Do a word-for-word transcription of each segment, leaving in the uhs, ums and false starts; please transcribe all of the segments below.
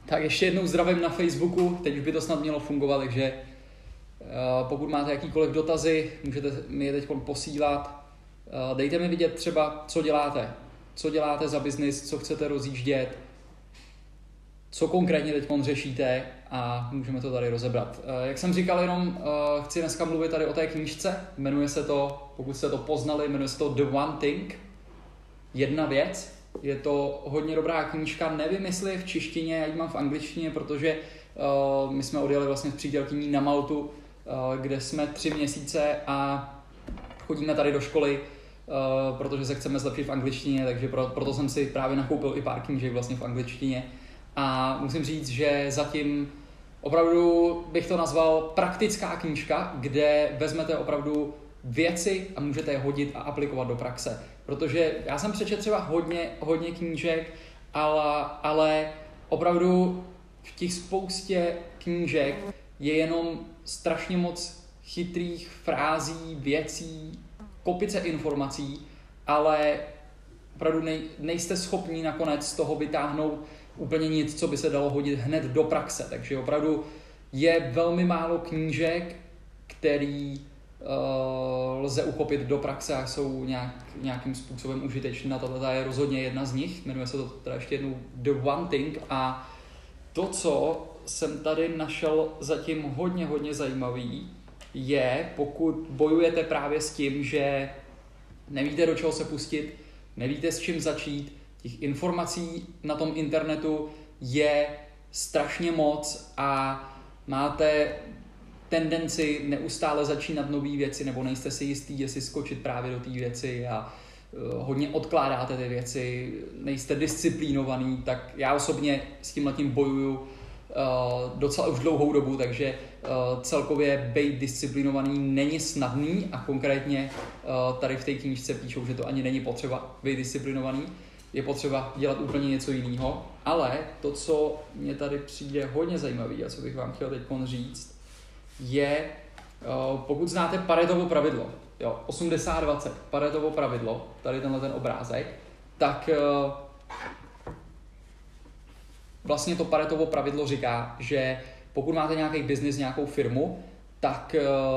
Tak ještě jednou zdravím na Facebooku, teď už by to snad mělo fungovat, takže uh, pokud máte jakýkoliv dotazy, můžete mi je teď posílat. Uh, dejte mi vidět třeba, co děláte, co děláte za biznis, co chcete rozjíždět, co konkrétně teď řešíte a můžeme to tady rozebrat. Uh, jak jsem říkal, jenom uh, chci dneska mluvit tady o té knížce, jmenuje se to, pokud jste to poznali, jmenuje se to The One Thing, jedna věc. Je to hodně dobrá knížka, nevím, jestli je v češtině, já ji mám v angličtině, protože uh, my jsme odjeli vlastně s přítelkyní na Maltu, uh, kde jsme tři měsíce a chodíme tady do školy, uh, protože se chceme zlepšit v angličtině, takže pro, proto jsem si právě nakoupil i pár knížek vlastně v angličtině. A musím říct, že zatím opravdu bych to nazval praktická knížka, kde vezmete opravdu věci a můžete je hodit a aplikovat do praxe. Protože já jsem přečetl třeba hodně, hodně knížek, ale, ale opravdu v těch spoustě knížek je jenom strašně moc chytrých frází, věcí, kopice informací, ale opravdu nej, nejste schopni nakonec z toho vytáhnout úplně nic, co by se dalo hodit hned do praxe. Takže opravdu je velmi málo knížek, který Uh, lze uchopit do praxe a jsou nějak, nějakým způsobem užitečná. Tato je rozhodně jedna z nich, jmenuje se to teda ještě jednou The One Thing a to, co jsem tady našel zatím hodně, hodně zajímavý, je, pokud bojujete právě s tím, že nevíte, do čeho se pustit, nevíte, s čím začít, těch informací na tom internetu je strašně moc a máte tendenci neustále začínat nové věci, nebo nejste si jistý, jestli skočit právě do té věci a uh, hodně odkládáte ty věci, nejste disciplinovaný, tak já osobně s tímhletím bojuju uh, docela už dlouhou dobu, takže uh, celkově být disciplinovaný není snadný a konkrétně uh, tady v té knížce píšou, že to ani není potřeba být disciplinovaný, je potřeba dělat úplně něco jiného, ale to, co mě tady přijde hodně zajímavý a co bych vám chtěl teď říct, je, pokud znáte Paretovo pravidlo, jo, osmdesát dvacet, Paretovo pravidlo, tady tenhle ten obrázek, tak vlastně to Paretovo pravidlo říká, že pokud máte nějaký biznis, nějakou firmu, tak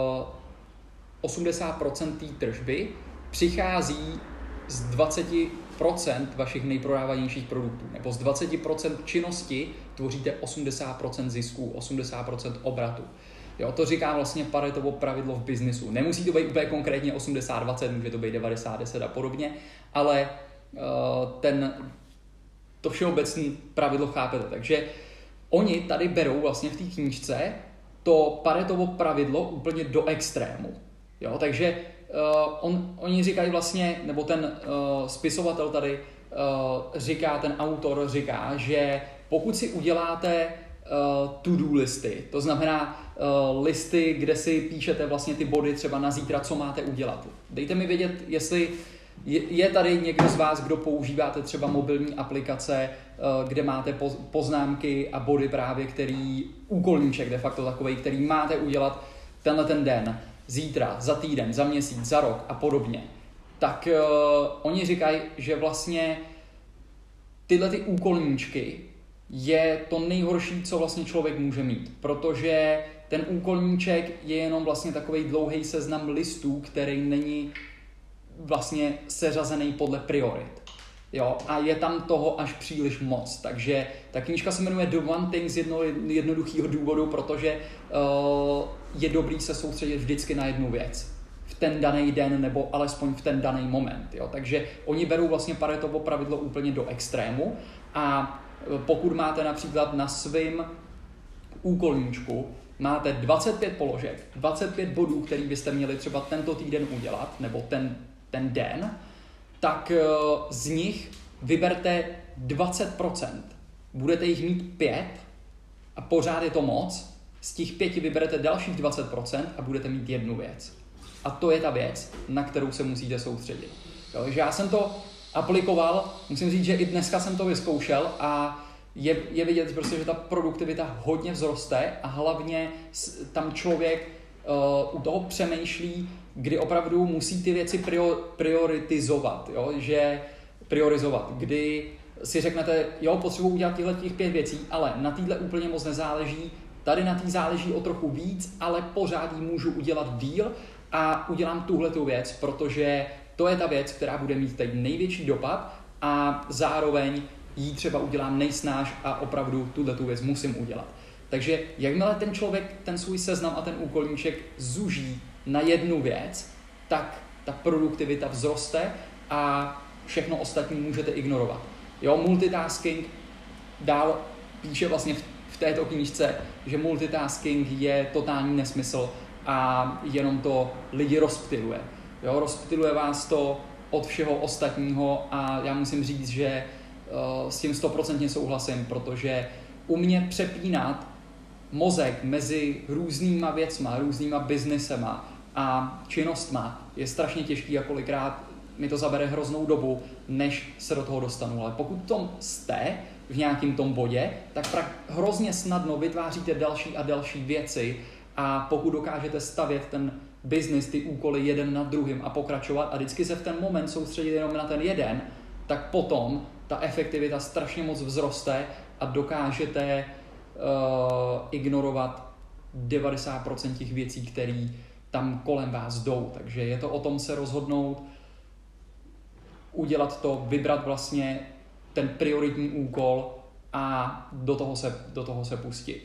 osmdesát procent té tržby přichází z dvacet procent vašich nejprodávanějších produktů, nebo z dvacet procent činnosti tvoříte osmdesát procent zisků, osmdesát procent obratu. Jo, to říká vlastně Paretovo pravidlo v biznisu. Nemusí to být úplně konkrétně osmdesát dvacet, může to být devadesát deset a podobně, ale uh, ten, to všeobecné pravidlo chápete. Takže oni tady berou vlastně v té knížce to Paretovo pravidlo úplně do extrému. Jo, takže uh, on, oni říkají vlastně, nebo ten uh, spisovatel tady uh, říká, ten autor říká, že pokud si uděláte Uh, to-do listy, to znamená uh, listy, kde si píšete vlastně ty body třeba na zítra, co máte udělat. Dejte mi vědět, jestli je, je tady někdo z vás, kdo používáte třeba mobilní aplikace, uh, kde máte poz, poznámky a body právě, který úkolníček de facto takovej, který máte udělat tenhle ten den, zítra, za týden, za měsíc, za rok a podobně. Tak uh, oni říkají, že vlastně tyhle ty úkolníčky je to nejhorší, co vlastně člověk může mít, protože ten úkolníček je jenom vlastně takovej dlouhý seznam listů, který není vlastně seřazený podle priorit. Jo? A je tam toho až příliš moc, takže ta knížka se jmenuje The One Thing z jedno, jednoduchého důvodu, protože uh, je dobrý se soustředit vždycky na jednu věc v ten daný den nebo alespoň v ten daný moment. Jo? Takže oni berou vlastně Paretovo pravidlo úplně do extrému a pokud máte například na svém úkolníčku máte dvacet pět položek, dvacet pět bodů, který byste měli třeba tento týden udělat, nebo ten, ten den, tak z nich vyberte dvacet procent. Budete jich mít pět a pořád je to moc. Z těch pěti vyberete dalších dvacet procent a budete mít jednu věc. A to je ta věc, na kterou se musíte soustředit. Jo, takže já jsem to aplikoval, musím říct, že i dneska jsem to vyzkoušel a je, je vidět prostě, že ta produktivita hodně vzroste a hlavně tam člověk uh, u toho přemýšlí, kdy opravdu musí ty věci prior, prioritizovat, jo? Že priorizovat, kdy si řeknete, jo, potřebuji udělat těchto těch pět věcí, ale na téhle úplně moc nezáleží, tady na té záleží o trochu víc, ale pořád jí můžu udělat díl a udělám tuhletu věc, protože to je ta věc, která bude mít teď největší dopad a zároveň jí třeba udělám nejsnáž a opravdu tuhletu věc musím udělat. Takže jakmile ten člověk ten svůj seznam a ten úkolníček zuží na jednu věc, tak ta produktivita vzroste a všechno ostatní můžete ignorovat. Jo, multitasking dál píše vlastně v této knížce, že multitasking je totální nesmysl a jenom to lidi rozptyluje. Jo, rozptyluje vás to od všeho ostatního a já musím říct, že uh, s tím stoprocentně souhlasím, protože u mě přepínat mozek mezi různýma věcma, různýma biznesema a činnostma je strašně těžký a kolikrát mi to zabere hroznou dobu, než se do toho dostanu. Ale pokud tom jste v nějakém tom bodě, tak prak- hrozně snadno vytváříte další a další věci a pokud dokážete stavět ten biznis, ty úkoly jeden nad druhým a pokračovat a vždycky se v ten moment soustředit jenom na ten jeden, tak potom ta efektivita strašně moc vzroste a dokážete uh, ignorovat devadesát procent těch věcí, které tam kolem vás jdou. Takže je to o tom se rozhodnout, udělat to, vybrat vlastně ten prioritní úkol a do toho se, do toho se pustit.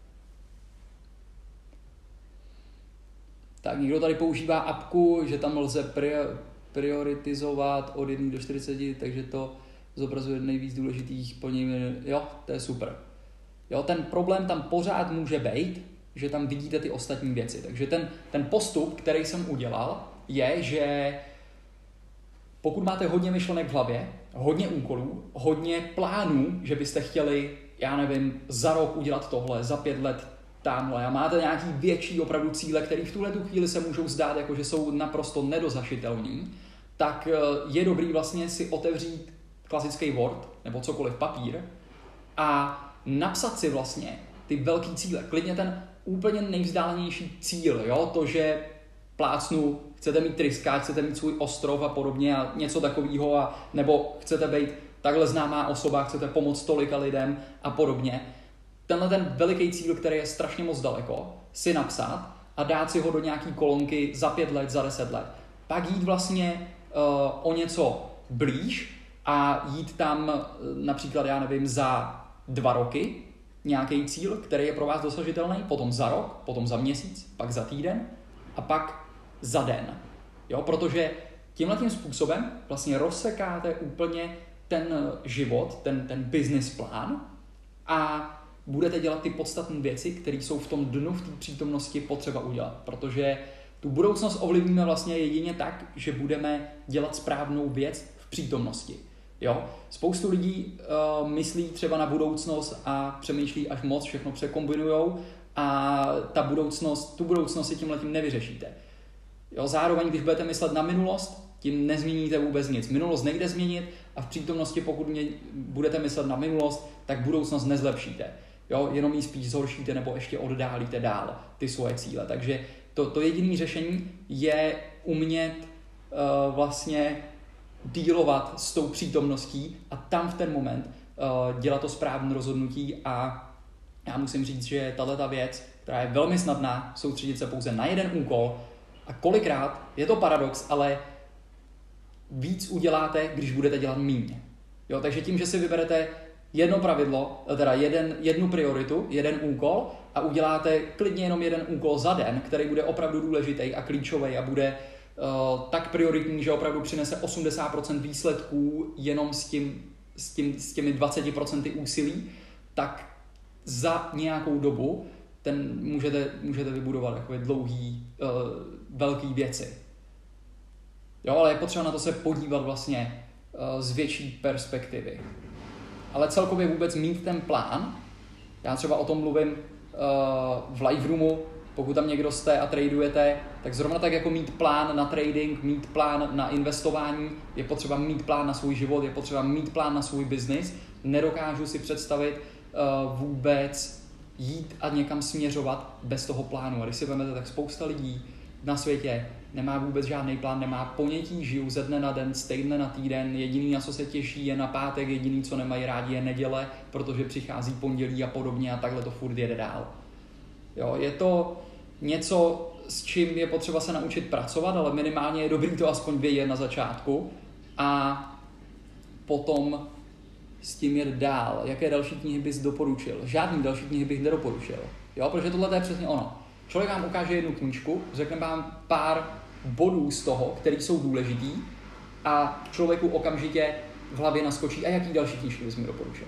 Tak někdo tady používá apku, že tam lze prioritizovat od jedna do čtyřiceti, takže to zobrazuje nejvíc důležitých plnění. Jo, to je super. Jo, ten problém tam pořád může být, že tam vidíte ty ostatní věci. Takže ten, ten postup, který jsem udělal, je, že pokud máte hodně myšlenek v hlavě, hodně úkolů, hodně plánů, že byste chtěli, já nevím, za rok udělat tohle, za pět let tamhle a máte nějaký větší opravdu cíle, které v tuhle tu chvíli se můžou zdát, jako že jsou naprosto nedosažitelný, tak je dobrý vlastně si otevřít klasický Word nebo cokoliv papír a napsat si vlastně ty velký cíle. Klidně ten úplně nejvzdálenější cíl, jo? To, že plácnu, chcete mít tryskáč, chcete mít svůj ostrov a podobně a něco takového, a nebo chcete být takhle známá osoba, chcete pomoct tolika lidem a podobně. Tenhle ten veliký cíl, který je strašně moc daleko, si napsat a dát si ho do nějaký kolonky za pět let, za deset let. Pak jít vlastně uh, o něco blíž a jít tam uh, například, já nevím, za dva roky nějaký cíl, který je pro vás dosažitelný, potom za rok, potom za měsíc, pak za týden a pak za den. Jo, protože tímhletím způsobem vlastně rozsekáte úplně ten život, ten, ten business plán a budete dělat ty podstatné věci, které jsou v tom dnu, v té přítomnosti potřeba udělat. Protože tu budoucnost ovlivníme vlastně jedině tak, že budeme dělat správnou věc v přítomnosti. Jo? Spoustu lidí uh, myslí třeba na budoucnost a přemýšlí až moc, všechno překombinujou a ta budoucnost, tu budoucnost si tímhletím nevyřešíte. Jo? Zároveň, když budete myslet na minulost, tím nezměníte vůbec nic. Minulost nejde změnit a v přítomnosti, pokud mě budete myslet na minulost, tak budoucnost nezlepšíte. Jo? Jenom ji spíš zhoršíte nebo ještě oddálíte dál ty svoje cíle. Takže to, to jediné řešení je umět uh, vlastně dílovat s tou přítomností a tam v ten moment uh, dělat to správné rozhodnutí a já musím říct, že tato věc, která je velmi snadná, soustředit se pouze na jeden úkol a kolikrát, je to paradox, ale víc uděláte, když budete dělat míň. Jo, takže tím, že si vyberete jedno pravidlo, teda jeden, jednu prioritu, jeden úkol a uděláte klidně jenom jeden úkol za den, který bude opravdu důležitý a klíčový a bude uh, tak prioritní, že opravdu přinese osmdesát procent výsledků jenom s, tím, s, tím, s těmi dvacet procent úsilí, tak za nějakou dobu ten můžete, můžete vybudovat takové dlouhý, uh, velký věci. Jo, ale je potřeba na to se podívat vlastně uh, z větší perspektivy. Ale celkově vůbec mít ten plán, já třeba o tom mluvím uh, v live roomu, pokud tam někdo jste a tradujete, tak zrovna tak jako mít plán na trading, mít plán na investování, je potřeba mít plán na svůj život, je potřeba mít plán na svůj biznis. Nedokážu si představit uh, vůbec jít a někam směřovat bez toho plánu. A když si vezmete, tak spousta lidí na světě nemá vůbec žádný plán, nemá ponětí, žijou ze dne na den, z týdne na týden, jediný, na co se těší, je na pátek, jediný, co nemají rádi, je neděle, protože přichází pondělí a podobně a takhle to furt jede dál. Jo, je to něco, s čím je potřeba se naučit pracovat, ale minimálně je dobrý to aspoň vědět na začátku a potom s tím jet dál. Jaké další knihy bys doporučil? Žádný další knihy bych nedoporučil. Jo, protože tohle je přesně ono. Člověk vám ukáže jednu knížku, řekne vám pár bodů z toho, které jsou důležitý a člověku okamžitě v hlavě naskočí, a jaký další knížky bys mi doporučil?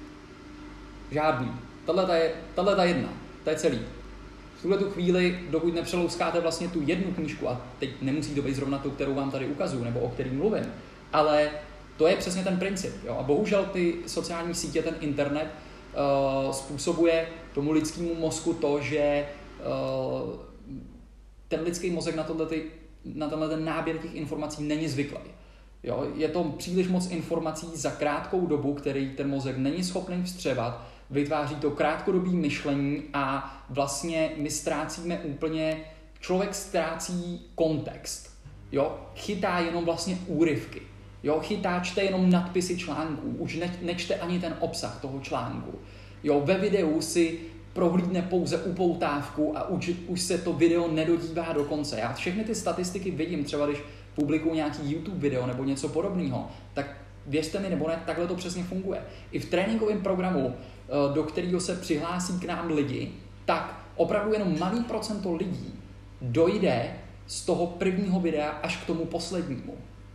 Žádný. Tahle je, tahle ta jedna. To je celý. V tuhle tu chvíli, dokud nepřelouskáte vlastně tu jednu knížku, a teď nemusí to být zrovna tu, kterou vám tady ukazuju, nebo o který mluvím, ale to je přesně ten princip. Jo? A bohužel ty sociální sítě, ten internet uh, způsobuje tomu lidskému mozku to, že uh, ten lidský mozek na, tohle, na tenhle ten náběr těch informací není zvyklý. Jo? Je to příliš moc informací za krátkou dobu, který ten mozek není schopný vstřebat, vytváří to krátkodobé myšlení a vlastně my ztrácíme úplně, člověk ztrácí kontext. Jo? Chytá jenom vlastně úryvky. Jo, chytá, čte jenom nadpisy článků, už ne, nečte ani ten obsah toho článku. Jo, ve videu si prohlídne pouze upoutávku a už, už se to video nedodívá do konce. Já všechny ty statistiky vidím, třeba když publikuju nějaký YouTube video nebo něco podobného, tak věřte mi nebo ne, takhle to přesně funguje. I v tréninkovém programu, do kterého se přihlásí k nám lidi, tak opravdu jenom malý procento lidí dojde z toho prvního videa až k tomu poslednímu.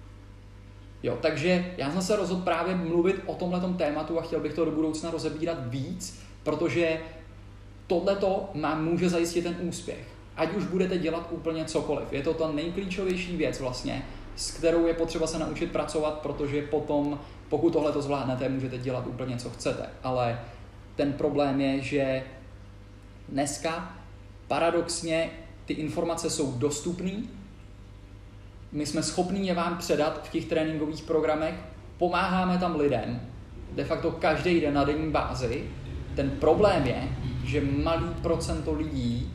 Jo, takže já jsem se rozhodl právě mluvit o tomhletom tématu a chtěl bych to do budoucna rozebírat víc, protože tohleto mám může zajistit ten úspěch. Ať už budete dělat úplně cokoliv. Je to ta nejklíčovější věc vlastně, s kterou je potřeba se naučit pracovat, protože potom, pokud tohleto zvládnete, můžete dělat úplně co chcete. Ale ten problém je, že dneska paradoxně ty informace jsou dostupné, my jsme schopní je vám předat v těch tréninkových programech, pomáháme tam lidem, de facto každý den na denní bázi. Ten problém je, že malý procento lidí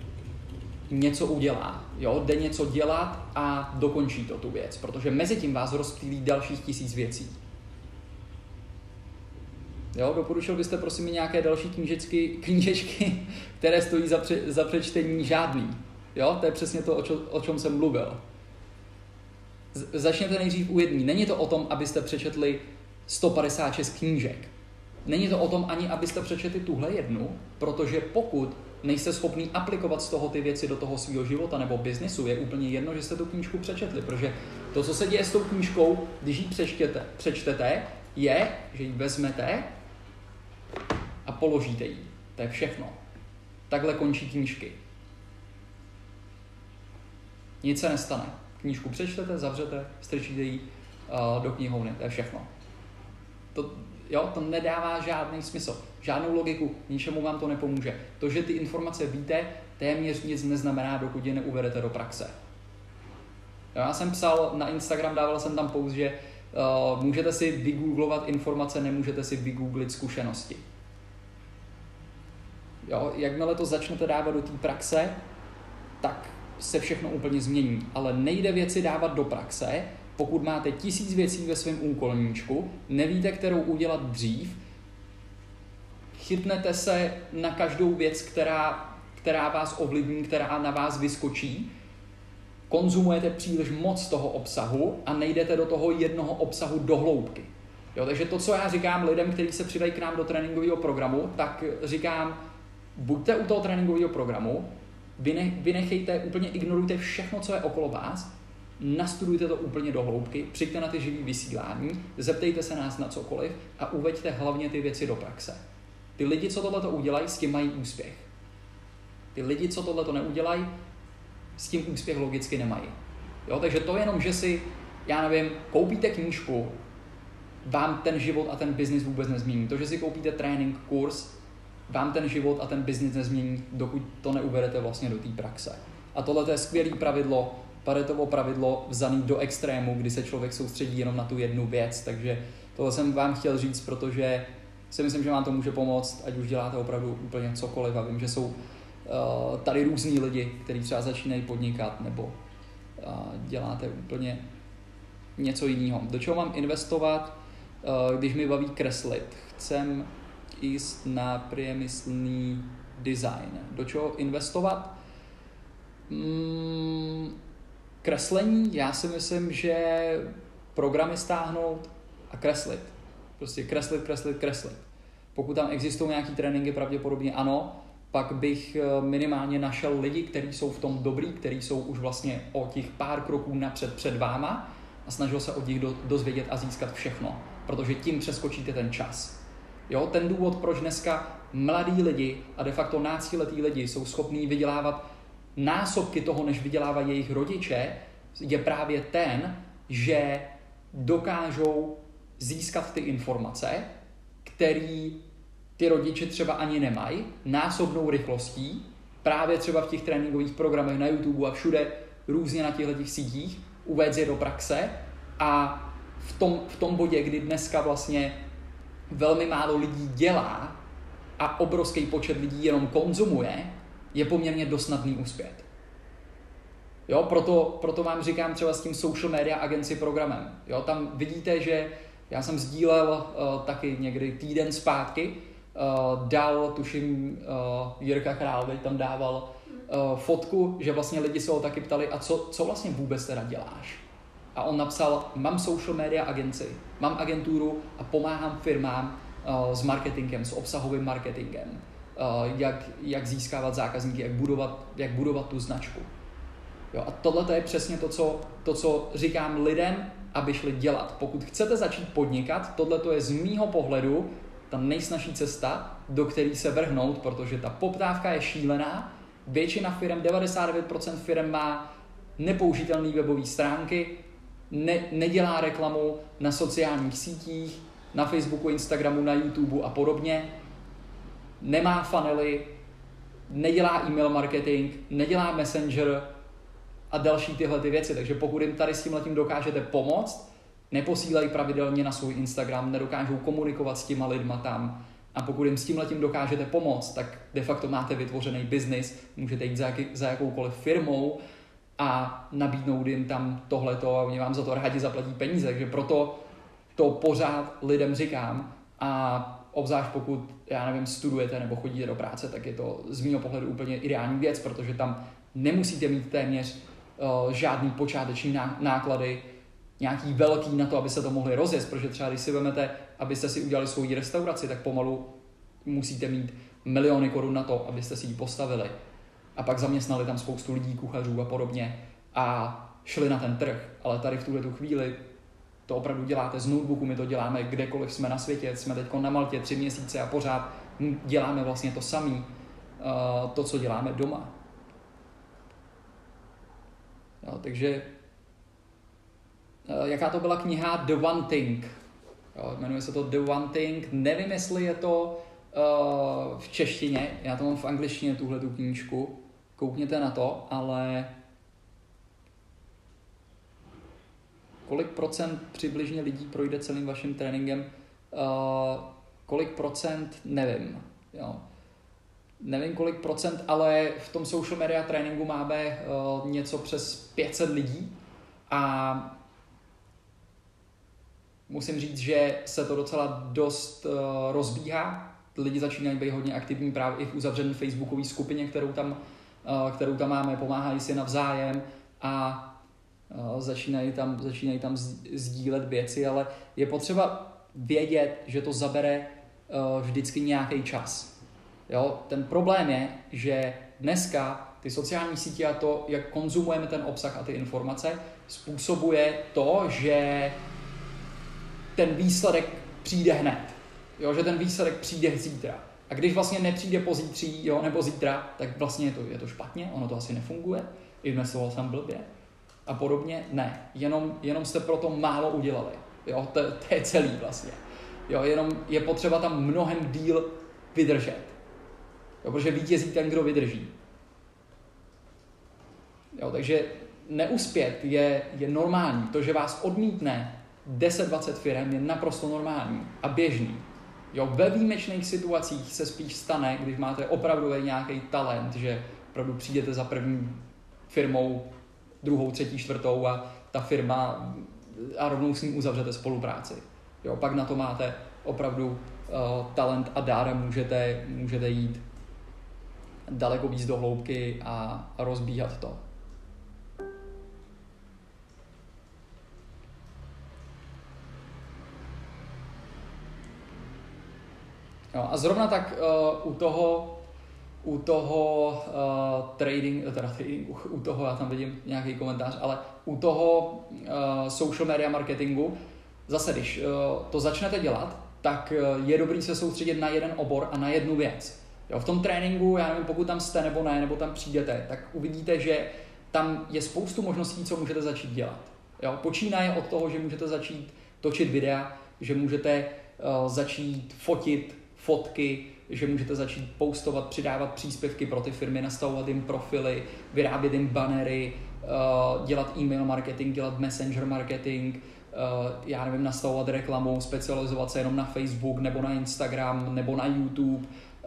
něco udělá, jo? Jde něco dělat a dokončí to tu věc, protože mezi tím vás rozptýlí dalších tisíc věcí. Jo? Doporučil byste prosím mi nějaké další knížečky, knížečky které stojí za, pře, za přečtení? Žádný. Jo? To je přesně to, o, čo, o čem jsem mluvil. Začněte nejdřív u jedný. Není to o tom, abyste přečetli sto padesát šest knížek. Není to o tom ani, abyste přečetli tuhle jednu, protože pokud nejste schopný aplikovat z toho ty věci do toho svého života nebo biznesu, je úplně jedno, že jste tu knížku přečetli, protože to, co se děje s tou knížkou, když ji přečtěte, přečtete, je, že ji vezmete a položíte ji. To je všechno. Takhle končí knížky. Nic se nestane. Knížku přečtete, zavřete, strčíte ji uh, do knihovny, to je všechno. To, jo, to nedává žádný smysl, žádnou logiku, ničemu vám to nepomůže. To, že ty informace víte, téměř nic neznamená, dokud je neuvedete do praxe. Jo, já jsem psal na Instagram, dával jsem tam post, že uh, můžete si vygooglovat informace, nemůžete si vygooglit zkušenosti. Jo, jakmile to začnete dávat do té praxe, tak se všechno úplně změní, ale nejde věci dávat do praxe, pokud máte tisíc věcí ve svém úkolníčku, nevíte, kterou udělat dřív, chytnete se na každou věc, která, která vás ovlivní, která na vás vyskočí, konzumujete příliš moc toho obsahu a nejdete do toho jednoho obsahu do hloubky. Jo, takže to, co já říkám lidem, kteří se přidají k nám do tréninkového programu, tak říkám, buďte u toho tréninkového programu, vynechejte, úplně ignorujte všechno, co je okolo vás, nastudujte to úplně do hloubky, přijďte na ty živý vysílání, zeptejte se nás na cokoliv a uveďte hlavně ty věci do praxe. Ty lidi, co tohleto udělají, s tím mají úspěch. Ty lidi, co tohleto neudělají, s tím úspěch logicky nemají. Jo, takže to jenom, že si, já nevím, koupíte knížku, vám ten život a ten biznis vůbec nezmění. To, že si koupíte trénink, kurz, vám ten život a ten biznis nezmění, dokud to neuvedete vlastně do té praxe. A tohle je skvělé pravidlo, Paretovo pravidlo vzaný do extrému, kdy se člověk soustředí jenom na tu jednu věc. Takže tohle jsem vám chtěl říct, protože si myslím, že vám to může pomoct, ať už děláte opravdu úplně cokoliv. A vím, že jsou uh, tady různí lidi, kteří třeba začínají podnikat nebo děláte úplně něco jiného. Do čeho mám investovat, když mi baví kreslit? Chcem jít na priemyslný design. Do čeho investovat? Hmm, kreslení, já si myslím, že programy stáhnout a kreslit. Prostě kreslit, kreslit, kreslit. Pokud tam existují nějaký tréninky, pravděpodobně ano, pak bych minimálně našel lidi, kteří jsou v tom dobrý, kteří jsou už vlastně o těch pár kroků napřed před váma a snažil se od nich do, dozvědět a získat všechno, protože tím přeskočíte ten čas. Jo, ten důvod, proč dneska mladí lidi a de facto náctiletí lidi jsou schopní vydělávat násobky toho, než vydělávají jejich rodiče, je právě ten, že dokážou získat ty informace, které ty rodiče třeba ani nemají, násobnou rychlostí, právě třeba v těch tréninkových programech na YouTube a všude různě na těchto sítích, uvést je do praxe a v tom, v tom bodě, kdy dneska vlastně velmi málo lidí dělá a obrovský počet lidí jenom konzumuje, je poměrně dost snadný uspět. Jo, proto, proto vám říkám třeba s tím Social Media Agency programem. Jo, tam vidíte, že já jsem sdílel uh, taky někdy týden zpátky, uh, dal, tuším, uh, Jirka Král tam dával uh, fotku, že vlastně lidi se ho taky ptali, a co, co vlastně vůbec teda děláš? A on napsal, mám Social Media Agency, mám agenturu a pomáhám firmám uh, s marketingem, s obsahovým marketingem, uh, jak, jak získávat zákazníky, jak budovat, jak budovat tu značku. Jo, a tohle je přesně to co, to, co říkám lidem, aby šli dělat. Pokud chcete začít podnikat, tohle je z mýho pohledu ta nejsnažší cesta, do které se vrhnout, protože ta poptávka je šílená. Většina firm, devadesát devět procent firm má nepoužitelné webové stránky, ne, nedělá reklamu na sociálních sítích, na Facebooku, Instagramu, na YouTube a podobně, nemá funnely, nedělá e-mail marketing, nedělá messenger a další tyhle ty věci. Takže pokud jim tady s tímhletím dokážete pomoct, neposílají pravidelně na svůj Instagram, nedokážou komunikovat s těma lidma tam a pokud jim s tímhletím dokážete pomoct, tak de facto máte vytvořený biznis, můžete jít za, jaký, za jakoukoliv firmou a nabídnout jim tam tohleto a oni vám za to rádi zaplatí peníze. Takže proto to pořád lidem říkám a obzvlášť pokud, já nevím, studujete nebo chodíte do práce, tak je to z mého pohledu úplně ideální věc, protože tam nemusíte mít téměř uh, žádný počáteční náklady, nějaký velký na to, aby se to mohli rozjet, protože třeba když si vezmete, abyste si udělali svou restauraci, tak pomalu musíte mít miliony korun na to, abyste si ji postavili. A pak zaměstnali tam spoustu lidí, kuchařů a podobně a šli na ten trh. Ale tady v tuhle tu chvíli to opravdu děláte z notebooku, my to děláme kdekoliv jsme na světě, jsme teď na Maltě tři měsíce a pořád děláme vlastně to samé, uh, to, co děláme doma. Jo, takže uh, jaká to byla kniha The One Thing? Jo, jmenuje se to The One Thing. Nevím, jestli je to uh, v češtině, já to mám v angličtině, tuhle tu knížku. Koukněte na to, ale kolik procent přibližně lidí projde celým vaším tréninkem? Uh, kolik procent? Nevím. Jo. Nevím kolik procent, ale v tom social media tréninku máme uh, něco přes pět set lidí a musím říct, že se to docela dost uh, rozbíhá. Lidi začínají být hodně aktivní právě i v uzavřené facebookové skupině, kterou tam, uh, kterou tam máme, pomáhají si navzájem a uh, začínají tam, začínají tam sdílet věci, ale je potřeba vědět, že to zabere uh, vždycky nějaký čas. Jo? Ten problém je, že dneska ty sociální sítě a to, jak konzumujeme ten obsah a ty informace, způsobuje to, že ten výsledek přijde hned. Jo? Že ten výsledek přijde zítra. A když vlastně nepřijde pozítří, jo, nebo zítra, tak vlastně je to, je to špatně, ono to asi nefunguje, investoval jsem blbě a podobně. Ne, jenom, jenom jste pro to málo udělali. Jo? To, to je celý vlastně. Jo? Jenom je potřeba tam mnohem díl vydržet. Jo, protože vítězí ten, kdo vydrží. Jo, takže neuspět je, je normální. To, že vás odmítne deset dvacet firem, je naprosto normální a běžný. Jo, ve výjimečných situacích se spíš stane, když máte opravdu nějaký talent, že opravdu přijdete za první firmou druhou, třetí, čtvrtou a ta firma a rovnou s ním uzavřete spolupráci. Jo, pak na to máte opravdu uh, talent a dár a můžete, můžete jít daleko víc do hloubky a, a rozbíhat to. Jo, a zrovna tak uh, u toho u toho uh, trading, teda tradingu, u toho, já tam vidím nějaký komentář, ale u toho uh, social media marketingu, zase když uh, to začnete dělat, tak uh, je dobrý se soustředit na jeden obor a na jednu věc. Jo, v tom tréninku, já nevím, pokud tam jste nebo ne, nebo tam přijdete, tak uvidíte, že tam je spoustu možností, co můžete začít dělat. Jo, počínaje od toho, že můžete začít točit videa, že můžete uh, začít fotit fotky, že můžete začít postovat, přidávat příspěvky pro ty firmy, nastavovat jim profily, vyrábět jim bannery, dělat e-mail marketing, dělat messenger marketing, já nevím, nastavovat reklamu, specializovat se jenom na Facebook nebo na Instagram nebo na YouTube,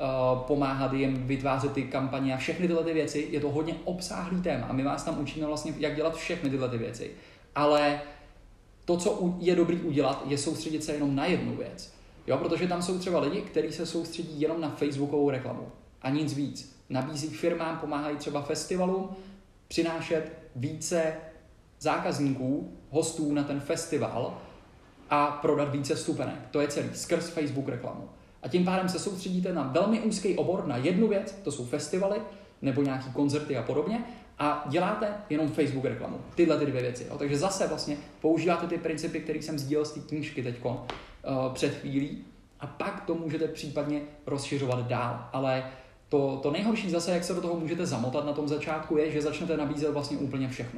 pomáhat jim vytvářet ty kampaně a všechny tyhle ty věci. Je to hodně obsáhlý téma a my vás tam učíme vlastně, jak dělat všechny tyhle ty věci. Ale to, co je dobrý udělat, je soustředit se jenom na jednu věc. Jo, protože tam jsou třeba lidi, kteří se soustředí jenom na facebookovou reklamu a nic víc. Nabízí firmám, pomáhají třeba festivalům přinášet více zákazníků, hostů na ten festival a prodat více vstupenek. To je celý, skrz Facebook reklamu. A tím pádem se soustředíte na velmi úzký obor, na jednu věc, to jsou festivaly nebo nějaký koncerty a podobně, a děláte jenom Facebook reklamu. Tyhle ty dvě věci. Jo. Takže zase vlastně používáte ty principy, které jsem sdílel z té knížky teďko uh, před chvílí, a pak to můžete případně rozšiřovat dál. Ale to, to nejhorší zase, jak se do toho můžete zamotat na tom začátku, je, že začnete nabízet vlastně úplně všechno.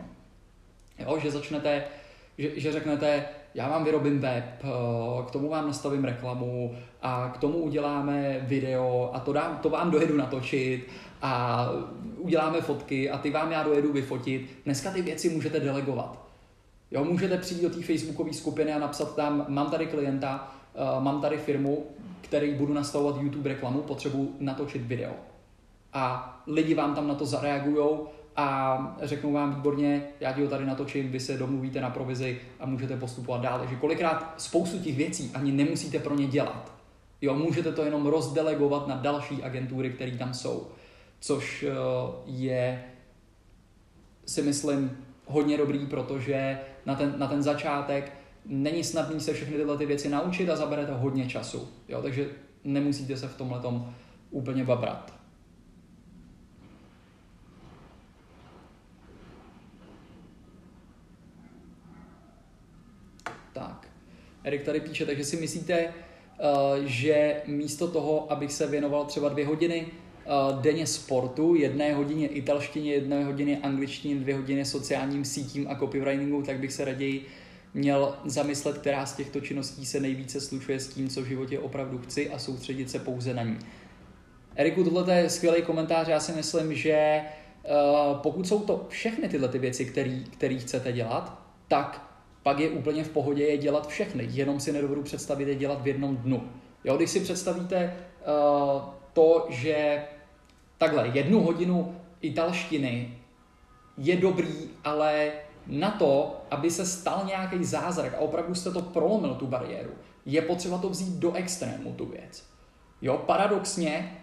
Jo, že začnete, že, že řeknete, já vám vyrobím web, k tomu vám nastavím reklamu a k tomu uděláme video a to, dám, to vám dojedu natočit a uděláme fotky a ty vám já dojedu vyfotit. Dneska ty věci můžete delegovat. Jo, můžete přijít do té facebookové skupiny a napsat tam, mám tady klienta, mám tady firmu, který budu nastavovat YouTube reklamu, potřebuji natočit video. A lidi vám tam na to zareagujou a řeknou vám výborně, já ti ho tady natočím, vy se domluvíte na provizi a můžete postupovat dál. Takže kolikrát spoustu těch věcí ani nemusíte pro ně dělat. Jo, můžete to jenom rozdelegovat na další agentury, které tam jsou. Což je, si myslím, hodně dobrý, protože na ten, na ten začátek není snadný se všechny tyhle ty věci naučit a zabere to hodně času. Jo, takže nemusíte se v tomhletom úplně babrat. Tak, Erik tady píše, takže si myslíte, že místo toho, abych se věnoval třeba dvě hodiny denně sportu, jedné hodině italštině, jedné hodině angličtině, dvě hodiny sociálním sítím a copywritingu, tak bych se raději měl zamyslet, která z těchto činností se nejvíce slučuje s tím, co v životě opravdu chci, a soustředit se pouze na ní. Eriku, tohle je skvělý komentář. Já si myslím, že uh, pokud jsou to všechny tyhle ty věci, které chcete dělat, tak pak je úplně v pohodě je dělat všechny. Jenom si nedovedu představit je dělat v jednom dnu. Jo, když si představíte uh, to, že takhle jednu hodinu italštiny je dobrý, ale na to, aby se stal nějaký zázrak a opravdu jste to prolomil, tu bariéru, je potřeba to vzít do extrému, tu věc. Jo, paradoxně,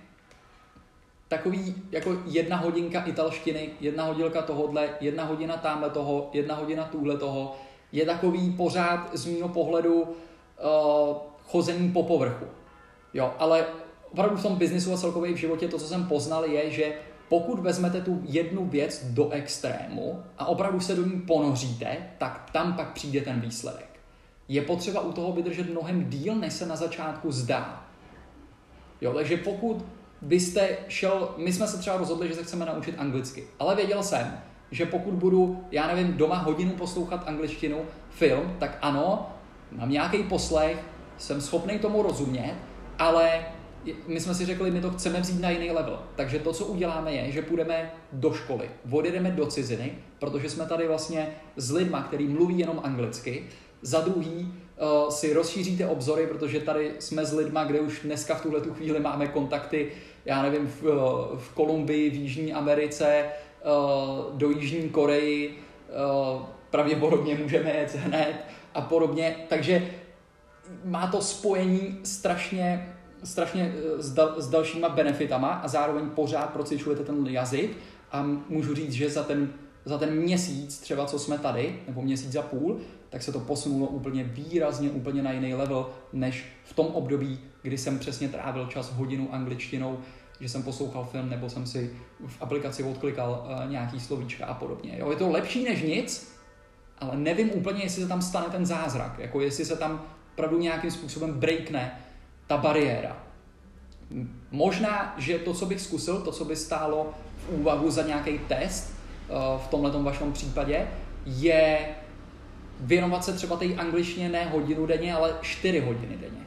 takový jako jedna hodinka italštiny, jedna hodinka tohodle, jedna hodina tamhle toho, jedna hodina tuhle toho, je takový pořád z mýho pohledu uh, chození po povrchu. Jo, ale opravdu v tom biznisu a celkově v životě to, co jsem poznal, je, že pokud vezmete tu jednu věc do extrému a opravdu se do ní ponoříte, tak tam pak přijde ten výsledek. Je potřeba u toho vydržet mnohem díl, než se na začátku zdá. Jo, takže pokud byste šel, my jsme se třeba rozhodli, že se chceme naučit anglicky, ale věděl jsem, že pokud budu, já nevím, doma hodinu poslouchat angličtinu, film, tak ano, mám nějaký poslech, jsem schopný tomu rozumět, ale my jsme si řekli, my to chceme vzít na jiný level. Takže to, co uděláme, je, že půjdeme do školy, odjedeme do ciziny, protože jsme tady vlastně s lidma, který mluví jenom anglicky. Za druhý uh, si rozšíříte obzory, protože tady jsme s lidma, kde už dneska v tuhletu chvíli máme kontakty, já nevím, v, v Kolumbii, v Jižní Americe, uh, do Jižní Koreji, pravděpodobně můžeme jet hned a podobně, takže má to spojení strašně, strašně s, dal, s dalšíma benefitama a zároveň pořád procvičujete ten jazyk a můžu říct, že za ten, za ten měsíc třeba, co jsme tady, nebo měsíc a půl, tak se to posunulo úplně výrazně, úplně na jiný level, než v tom období, kdy jsem přesně trávil čas hodinu angličtinou, že jsem poslouchal film, nebo jsem si v aplikaci odklikal uh, nějaký slovíčka a podobně. Jo, je to lepší než nic, ale nevím úplně, jestli se tam stane ten zázrak, jako jestli se tam opravdu nějakým způsobem breakne ta bariéra. Možná, že to, co bych zkusil, to, co by stálo v úvahu za nějaký test uh, v tomhletom vašem případě, je věnovat se třeba té angličtině ne hodinu denně, ale čtyři hodiny denně.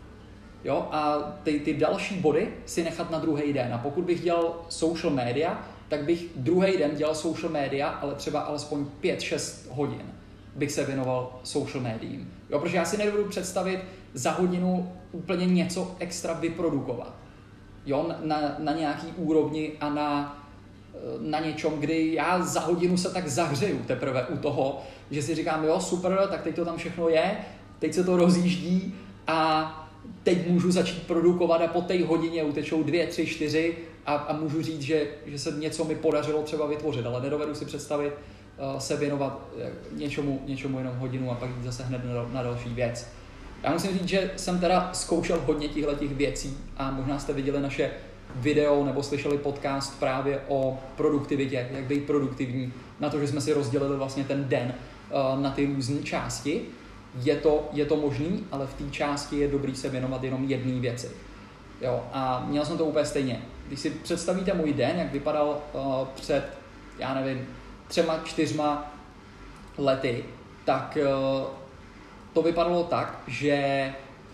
Jo? A ty, ty další body si nechat na druhý den. A pokud bych dělal social media, tak bych druhý den dělal social media, ale třeba alespoň pět šest hodin bych se věnoval social médiím. Jo? Protože já si nedovedu představit za hodinu úplně něco extra vyprodukovat. Jo? Na, na nějaký úrovni a na, na něčem, kdy já za hodinu se tak zahřeju teprve u toho, že si říkám, jo, super, tak teď to tam všechno je, teď se to rozjíždí a teď můžu začít produkovat a po té hodině utečou dvě, tři, čtyři a, a můžu říct, že, že se něco mi podařilo třeba vytvořit, ale nedovedu si představit uh, se věnovat něčemu, něčemu jenom hodinu a pak jít zase hned na, na další věc. Já musím říct, že jsem teda zkoušel hodně těchto věcí a možná jste viděli naše video nebo slyšeli podcast právě o produktivitě, jak být produktivní, na to, že jsme si rozdělili vlastně ten den uh, na ty různé části. Je to, je to možný, ale v té části je dobrý se věnovat jenom jedné věci. Jo, a měl jsem to úplně stejně. Když si představíte můj den, jak vypadal uh, před, já nevím, třema, čtyřma lety, tak uh, to vypadalo tak, že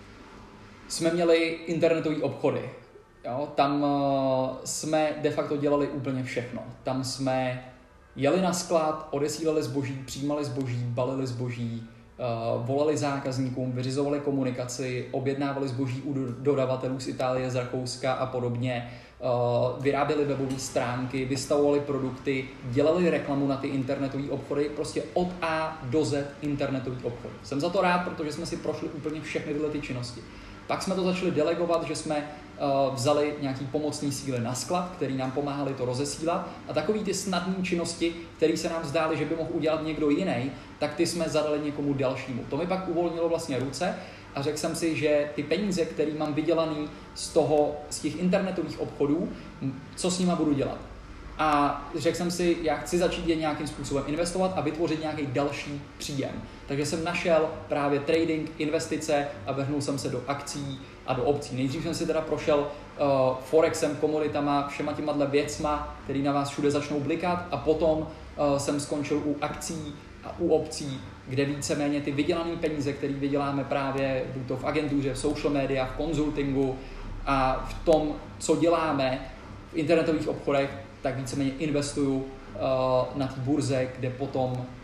jsme měli internetové obchody. Jo, tam uh, jsme de facto dělali úplně všechno. Tam jsme jeli na sklad, odesílali zboží, přijímali zboží, balili zboží, uh, volali zákazníkům, vyřizovali komunikaci, objednávali zboží u dodavatelů z Itálie, z Rakouska a podobně, uh, vyráběli webové stránky, vystavovali produkty, dělali reklamu na ty internetové obchody, prostě od A do Z internetový obchod. Jsem za to rád, protože jsme si prošli úplně všechny tyhle ty činnosti. Pak jsme to začali delegovat, že jsme uh, vzali nějaký pomocný síly na sklad, který nám pomáhali to rozesílat a takový ty snadné činnosti, které se nám zdály, že by mohl udělat někdo jiný, tak ty jsme zadali někomu dalšímu. To mi pak uvolnilo vlastně ruce a řekl jsem si, že ty peníze, které mám vydělaný z toho, z těch internetových obchodů, co s nima budu dělat. A řekl jsem si, já chci začít je nějakým způsobem investovat a vytvořit nějaký další příjem. Takže jsem našel právě trading, investice a vrhnul jsem se do akcí a do opcí. Nejdřív jsem si teda prošel uh, forexem, komoditama, všema těma věcma, který na vás všude začnou blikat a potom uh, jsem skončil u akcí a u opcí, kde víceméně ty vydělané peníze, které vyděláme právě buď to v agentuře, v social media, v konzultingu a v tom, co děláme v internetových obchodech, tak víceméně investuju uh, na té burze, kde potom uh,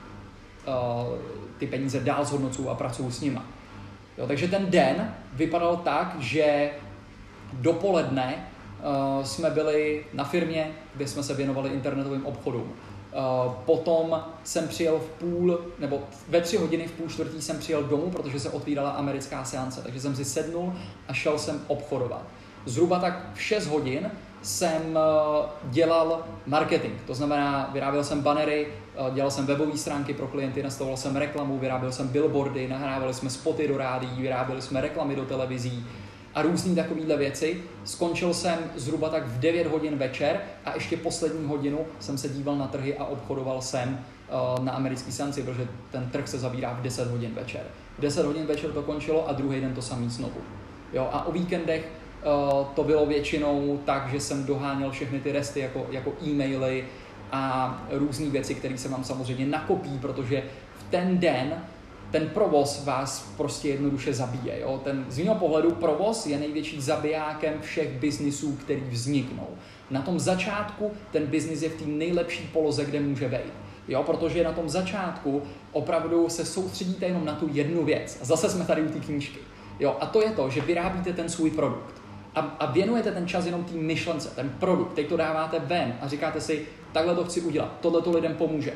ty peníze dál zhodnocuju a pracuju s nima. Jo, takže ten den vypadal tak, že dopoledne uh, jsme byli na firmě, kde jsme se věnovali internetovým obchodům. Uh, potom jsem přijel v půl, nebo ve tři hodiny v půl čtvrtý jsem přijel domů, protože se otvírala americká seance, takže jsem si sednul a šel jsem obchodovat. Zhruba tak v šest hodin jsem dělal marketing, to znamená, vyráběl jsem bannery, dělal jsem webové stránky pro klienty, nastavoval jsem reklamu, vyráběl jsem billboardy, nahrávali jsme spoty do rádií, vyráběli jsme reklamy do televizí a různý takovýhle věci. Skončil jsem zhruba tak v devět hodin večer a ještě poslední hodinu jsem se díval na trhy a obchodoval jsem na americký seanci, protože ten trh se zavírá v deset hodin večer. V deset hodin večer to končilo a druhý den to samý znovu. Jo, a o víkendech Uh, to bylo většinou tak, že jsem doháněl všechny ty resty jako, jako e-maily a různé věci, které se vám samozřejmě nakopí, protože v ten den ten provoz vás prostě jednoduše zabije. Jo? Ten, z mého pohledu provoz je největší zabijákem všech biznisů, který vzniknou. Na tom začátku ten biznis je v té nejlepší poloze, kde může být. Jo? Protože na tom začátku opravdu se soustředíte jenom na tu jednu věc. A zase jsme tady u té knížky. Jo? A to je to, že vyrábíte ten svůj produkt. A, a věnujete ten čas jenom té myšlence, ten produkt, teď to dáváte ven a říkáte si, takhle to chci udělat, tohle to lidem pomůže.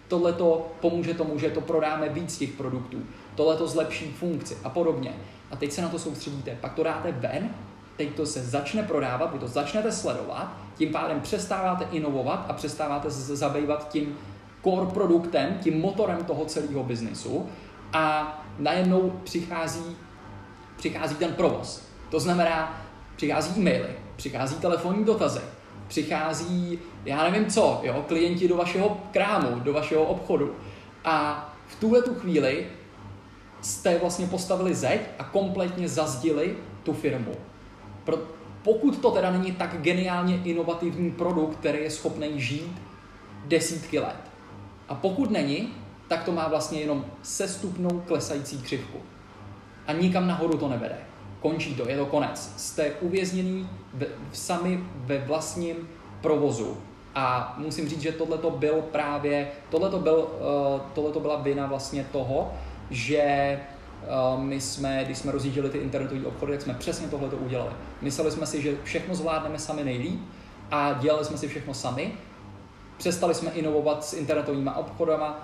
tohleto pomůže tomu, že to prodáme víc těch produktů, tohleto zlepší funkci a podobně. A teď se na to soustředíte, pak to dáte ven, teď to se začne prodávat, vy to začnete sledovat, tím pádem přestáváte inovovat a přestáváte se zabývat tím core produktem, tím motorem toho celého biznisu a najednou přichází, přichází ten provoz. To znamená, přichází e-maily, přichází telefonní dotazy, přichází, já nevím co, jo, klienti do vašeho krámu, do vašeho obchodu. A v tuhle tu chvíli jste vlastně postavili zeď a kompletně zazdili tu firmu. Pro, pokud to teda není tak geniálně inovativní produkt, který je schopný žít desítky let. A pokud není, tak to má vlastně jenom sestupnou klesající křivku. A nikam nahoru to nevede. Končí to, je to konec. Jste uvězněný v, v sami ve vlastním provozu. A musím říct, že tohleto byl právě, tohleto, byl, uh, tohleto byla vina vlastně toho, že uh, my jsme, když jsme rozjížděli ty internetové obchody, tak jsme přesně tohleto udělali. Mysleli jsme si, že všechno zvládneme sami nejlíp a dělali jsme si všechno sami. Přestali jsme inovovat s internetovými obchodama,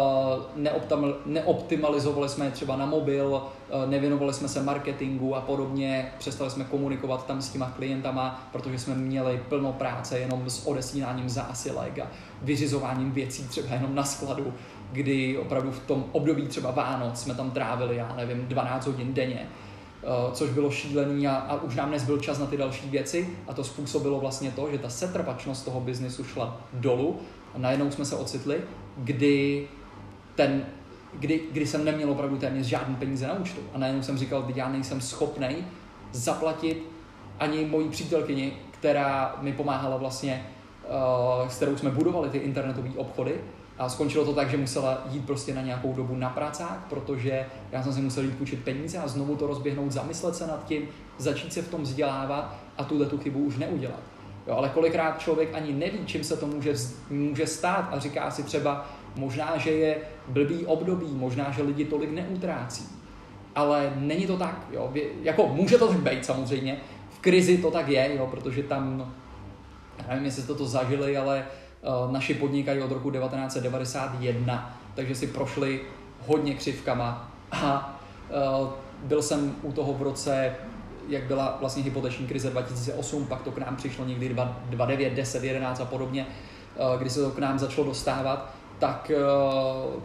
neoptimalizovali jsme je třeba na mobil, nevěnovali jsme se marketingu a podobně, přestali jsme komunikovat tam s těma klientama, protože jsme měli plno práce jenom s odesíláním zásilek a vyřizováním věcí třeba jenom na skladu, kdy opravdu v tom období třeba Vánoc jsme tam trávili, já nevím, dvanáct hodin denně, což bylo šílený a, a už nám nezbyl čas na ty další věci a to způsobilo vlastně to, že ta setrvačnost toho biznisu šla dolů a najednou jsme se ocitli, kdy, ten, kdy, kdy jsem neměl opravdu téměř žádný peníze na účtu a najednou jsem říkal, že já nejsem schopnej zaplatit ani mojí přítelkyni, která mi pomáhala vlastně, uh, s kterou jsme budovali ty internetové obchody. A skončilo to tak, že musela jít prostě na nějakou dobu na pracák, protože já jsem si musel jít půjčit peníze a znovu to rozběhnout, zamyslet se nad tím, začít se v tom vzdělávat a tuhle tu chybu už neudělat. Jo, ale kolikrát člověk ani neví, čím se to může, může stát a říká si třeba, možná, že je blbý období, možná, že lidi tolik neutrácí. Ale není to tak. Jo. Jako, může to tak být samozřejmě, v krizi to tak je, jo, protože tam, nevím, jestli jste to zažili, ale naši podnikají od roku devatenáct set devadesát jedna, takže si prošli hodně křivkama a uh, byl jsem u toho v roce, jak byla vlastně hypoteční krize dva tisíce osm, pak to k nám přišlo někdy dva tisíce devět, deset, jedenáct a podobně, uh, kdy se to k nám začalo dostávat, tak uh,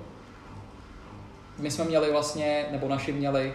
my jsme měli vlastně, nebo naši měli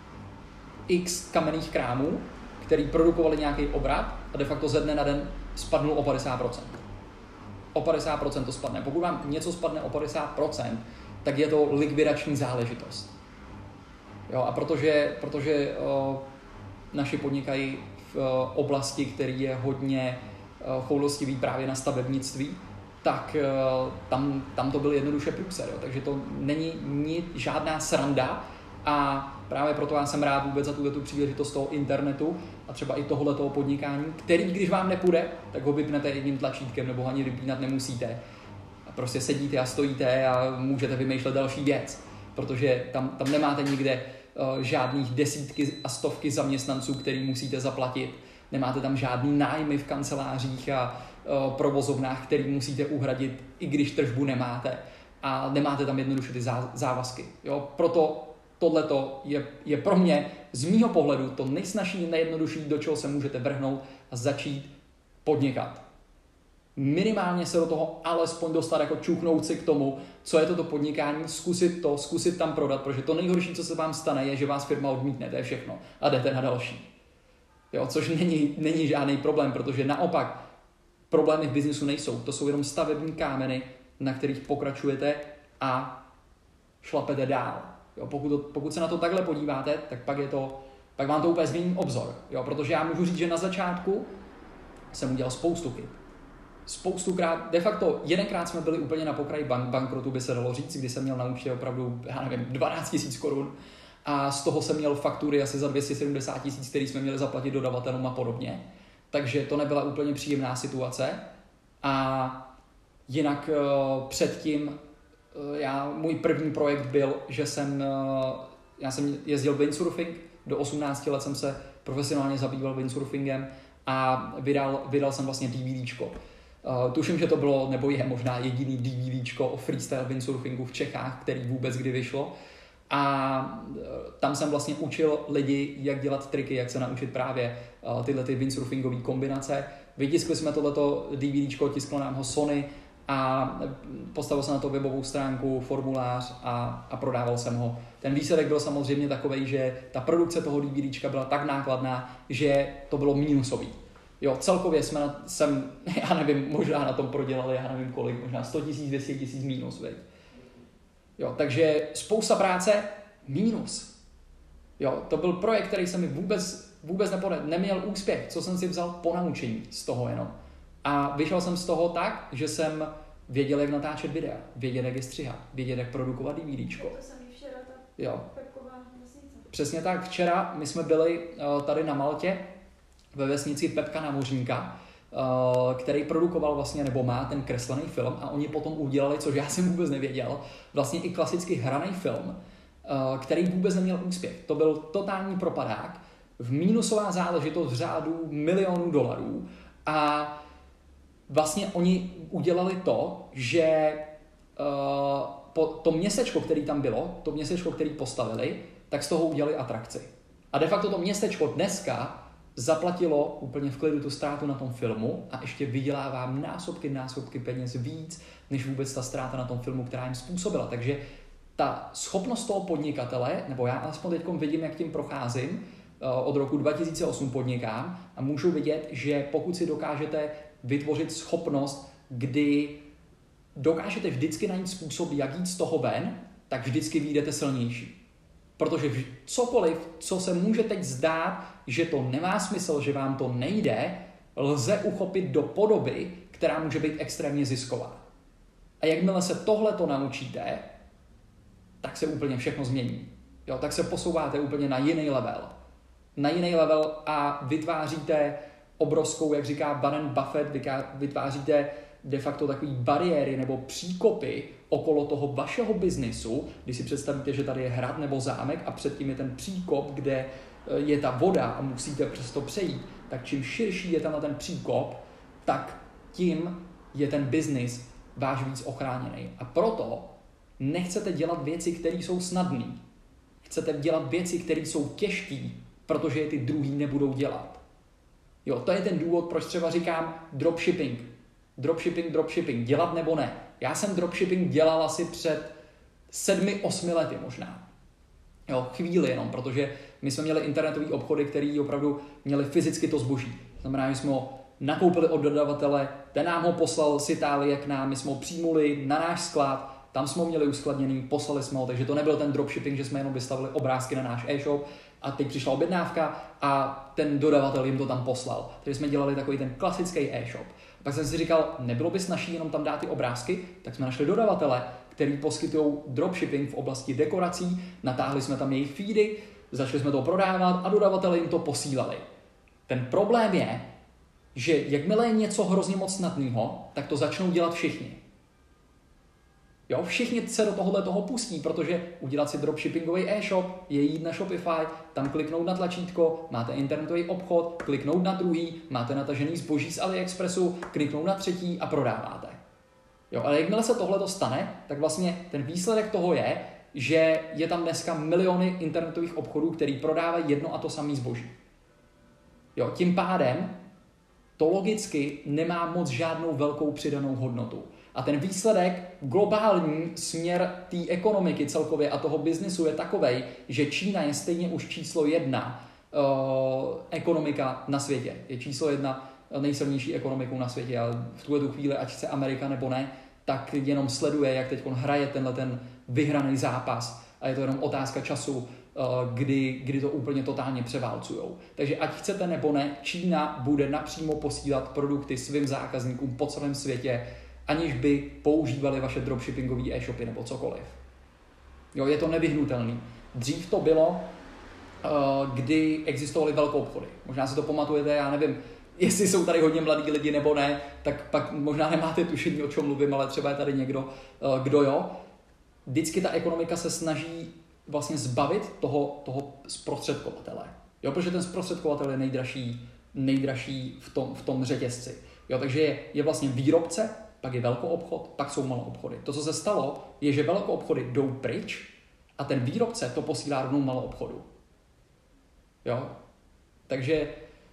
x kamenných krámů, který produkovali nějaký obrat a de facto ze dne na den spadnul o padesát procent. O padesát procent to spadne. Pokud vám něco spadne o padesát procent, tak je to likvidační záležitost. Jo, a protože, protože o, naši podnikají v o, oblasti, který je hodně o, choulostivý právě na stavebnictví, tak o, tam, tam to byl jednoduše průser. Jo. Takže to není nic, žádná sranda a právě proto já jsem rád vůbec za tuto příležitost toho internetu a třeba i tohletoho podnikání, který, když vám nepůjde, tak ho vypnete jedním tlačítkem nebo ho ani vypínat nemusíte. A prostě sedíte a stojíte a můžete vymýšlet další věc, protože tam, tam nemáte nikde uh, žádných desítky a stovky zaměstnanců, který musíte zaplatit. Nemáte tam žádný nájmy v kancelářích a uh, provozovnách, který musíte uhradit, i když tržbu nemáte. A nemáte tam jednoduše ty zá, závazky. Jo? Proto tohleto je, je pro mě z mýho pohledu to nejsnažší, nejjednodušší, do čeho se můžete vrhnout a začít podnikat. Minimálně se do toho alespoň dostat, jako čuchnout si k tomu, co je toto podnikání, zkusit to, zkusit tam prodat, protože to nejhorší, co se vám stane, je, že vás firma odmítne, to je všechno a jdete na další. Jo, což není, není žádný problém, protože naopak problémy v biznisu nejsou. To jsou jenom stavební kámeny, na kterých pokračujete a šlapete dál. Jo, pokud, to, pokud se na to takhle podíváte, tak pak, je to, pak vám to úplně změní obzor. Jo, protože já můžu říct, že na začátku jsem udělal spoustu chyb. Spoustukrát, de facto jedenkrát jsme byli úplně na pokraji bank, bankrotu, by se dalo říct, kdy jsem měl na účtě opravdu, já nevím, dvanáct tisíc korun a z toho jsem měl faktury asi za dvě stě sedmdesát tisíc, které jsme měli zaplatit dodavatelům a podobně. Takže to nebyla úplně příjemná situace. A jinak uh, předtím uh, já, můj první projekt byl, že jsem, uh, já jsem jezdil windsurfing, do osmnácti let jsem se profesionálně zabýval windsurfingem a vydal, vydal jsem vlastně DVDčko. Uh, tuším, že to bylo, nebo je možná jediný DVDčko o freestyle windsurfingu v Čechách, který vůbec kdy vyšlo. A uh, tam jsem vlastně učil lidi, jak dělat triky, jak se naučit právě uh, tyhle ty windsurfingové kombinace. Vytiskli jsme tohleto DVDčko, tisklo nám ho Sony a postavil jsem na to webovou stránku, formulář a, a prodával jsem ho. Ten výsledek byl samozřejmě takovej, že ta produkce toho DVDčka byla tak nákladná, že to bylo mínusový. Jo, celkově jsme na, jsem, já nevím, možná na tom prodělali, já nevím kolik, možná sto tisíc, dvě stě tisíc mínus, veď. Jo, takže spousta práce, mínus. Jo, to byl projekt, který se mi vůbec, vůbec nepodal, neměl úspěch, co jsem si vzal po naučení z toho jenom. A vyšel jsem z toho tak, že jsem věděl, jak natáčet videa, věděl, jak je střihat, věděl, jak produkovat DVDčko. To jsem včera ta jo. Pepková vesnice. Přesně tak, včera my jsme byli uh, tady na Maltě, ve vesnici Pepka Námořníka, uh, který produkoval vlastně, nebo má ten kreslený film a oni potom udělali, což já jsem vůbec nevěděl, vlastně i klasicky hraný film, uh, který vůbec neměl úspěch. To byl totální propadák, v mínusová záležitost v řádu milionů dolarů a vlastně oni udělali to, že uh, po, to městečko, který tam bylo, to městečko, který postavili, tak z toho udělali atrakci. A de facto to městečko dneska zaplatilo úplně v klidu tu ztrátu na tom filmu a ještě vydělává násobky, násobky peněz víc, než vůbec ta ztráta na tom filmu, která jim způsobila. Takže ta schopnost toho podnikatele, nebo já alespoň teď vidím, jak tím procházím, od roku dva tisíce osm podnikám a můžu vidět, že pokud si dokážete vytvořit schopnost, kdy dokážete vždycky najít způsob, jak jít z toho ven, tak vždycky vyjdete silnější. Protože cokoliv, co se může teď zdát, že to nemá smysl, že vám to nejde, lze uchopit do podoby, která může být extrémně zisková. A jakmile se tohleto naučíte, tak se úplně všechno změní. Jo, tak se posouváte úplně na jiný level. Na jiný level a vytváříte obrovskou, jak říká Warren Buffett, vytváříte de facto takové bariéry nebo příkopy okolo toho vašeho biznisu, když si představíte, že tady je hrad nebo zámek a předtím je ten příkop, kde je ta voda a musíte přes to přejít, tak čím širší je tam na ten příkop, tak tím je ten biznis váš víc ochráněný. A proto nechcete dělat věci, které jsou snadné. Chcete dělat věci, které jsou těžké, protože je ty druhý nebudou dělat. Jo, to je ten důvod, proč třeba říkám dropshipping. Dropshipping, dropshipping, dělat nebo ne. Já jsem dropshipping dělal asi před sedmi, osmi lety možná. Jo, chvíli jenom, protože my jsme měli internetové obchody, které opravdu měli fyzicky to zboží. Znamená, že jsme ho nakoupili od dodavatele, ten nám ho poslal z Itálie k nám, my jsme ho přijmuli na náš sklad, tam jsme ho měli uskladněný, poslali jsme ho, takže to nebyl ten dropshipping, že jsme jenom vystavili obrázky na náš e-shop a teď přišla objednávka a ten dodavatel jim to tam poslal. Takže jsme dělali takový ten klasický e-shop. Pak jsem si říkal, nebylo by snazší jenom tam dát ty obrázky, tak jsme našli dodavatele, který poskytují dropshipping v oblasti dekorací, natáhli jsme tam jejich feedy, začali jsme to prodávat a dodavatelé jim to posílali. Ten problém je, že jakmile je něco hrozně moc snadného, tak to začnou dělat všichni. Jo, všichni se do tohohle toho pustí, protože udělat si dropshippingový e-shop je jít na Shopify, tam kliknout na tlačítko, máte internetový obchod, kliknout na druhý, máte natažený zboží z AliExpressu, kliknout na třetí a prodáváte. Jo, ale jakmile se tohle stane, tak vlastně ten výsledek toho je, že je tam dneska miliony internetových obchodů, který prodávají jedno a to samé zboží. Jo, tím pádem to logicky nemá moc žádnou velkou přidanou hodnotu. A ten výsledek, globální směr té ekonomiky celkově a toho biznisu je takovej, že Čína je stejně už číslo jedna uh, ekonomika na světě. Je číslo jedna nejsilnější ekonomikou na světě a v tuhle chvíli, ať chce Amerika nebo ne, tak jenom sleduje, jak teď hraje tenhle ten vyhraný zápas a je to jenom otázka času, uh, kdy, kdy to úplně totálně převálcujou. Takže ať chcete nebo ne, Čína bude napřímo posílat produkty svým zákazníkům po celém světě, aniž by používali vaše dropshippingové e-shopy nebo cokoliv. Jo, je to nevyhnutelný. Dřív to bylo, uh, kdy existovaly velké obchody. Možná si to pamatujete, já nevím, jestli jsou tady hodně mladí lidi nebo ne, tak pak možná nemáte tušení, o čem mluvím, ale třeba je tady někdo, uh, kdo jo. Vždycky ta ekonomika se snaží vlastně zbavit toho, toho zprostředkovatele. Jo, protože ten zprostředkovatel je nejdražší, nejdražší v tom, v tom řetězci. Jo, takže je, je vlastně výrobce, pak je velkoobchod, pak jsou maloobchody. To, co se stalo, je, že velkoobchody jdou pryč a ten výrobce to posílá rovnou maloobchodu. Jo? Takže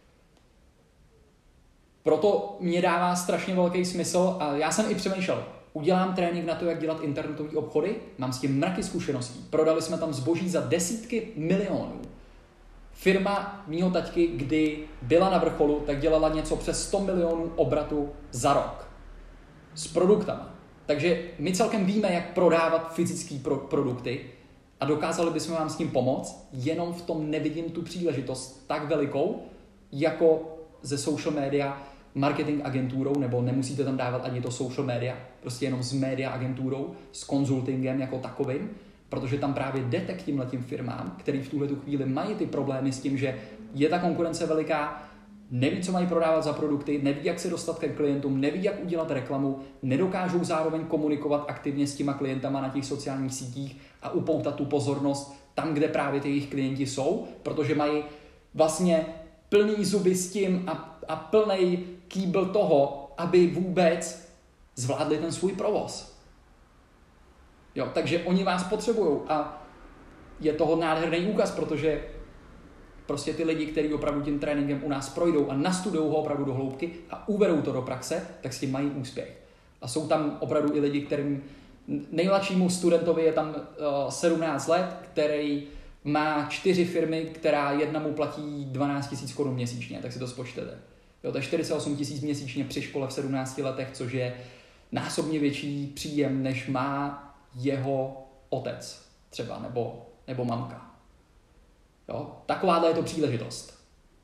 proto mě dává strašně velký smysl a já jsem i přemýšlel, udělám trénink na to, jak dělat internetové obchody, mám s tím mraky zkušeností. Prodali jsme tam zboží za desítky milionů. Firma mýho taťky, kdy byla na vrcholu, tak dělala něco přes sto milionů obratu za rok s produktama. Takže my celkem víme, jak prodávat fyzické pro- produkty a dokázali bychom vám s tím pomoct, jenom v tom nevidím tu příležitost tak velikou, jako ze social media marketing agenturou, nebo nemusíte tam dávat ani to social media, prostě jenom s media agenturou, s konzultingem jako takovým, protože tam právě jdete k tímhletím firmám, který v tuhle tu chvíli mají ty problémy s tím, že je ta konkurence veliká, neví, co mají prodávat za produkty, neví, jak se dostat ke klientům, neví, jak udělat reklamu, nedokážou zároveň komunikovat aktivně s těma klientama na těch sociálních sítích a upoutat tu pozornost tam, kde právě ty jejich klienti jsou, protože mají vlastně plný zuby s tím a, a plnej kýbl toho, aby vůbec zvládli ten svůj provoz. Jo, takže oni vás potřebují a je toho nádherný úkaz, protože prostě ty lidi, kteří opravdu tím tréninkem u nás projdou a nastudují ho opravdu do hloubky a uvedou to do praxe, tak s tím mají úspěch. A jsou tam opravdu i lidi, kterým nejmladšímu studentovi je tam uh, sedmnáct let, který má čtyři firmy, která jedna mu platí dvanáct tisíc korun měsíčně, tak si to spočtete. Jo, to je čtyřicet osm tisíc měsíčně při škole v sedmnácti letech, což je násobně větší příjem, než má jeho otec třeba, nebo, nebo mamka. Jo, takováhle je to příležitost.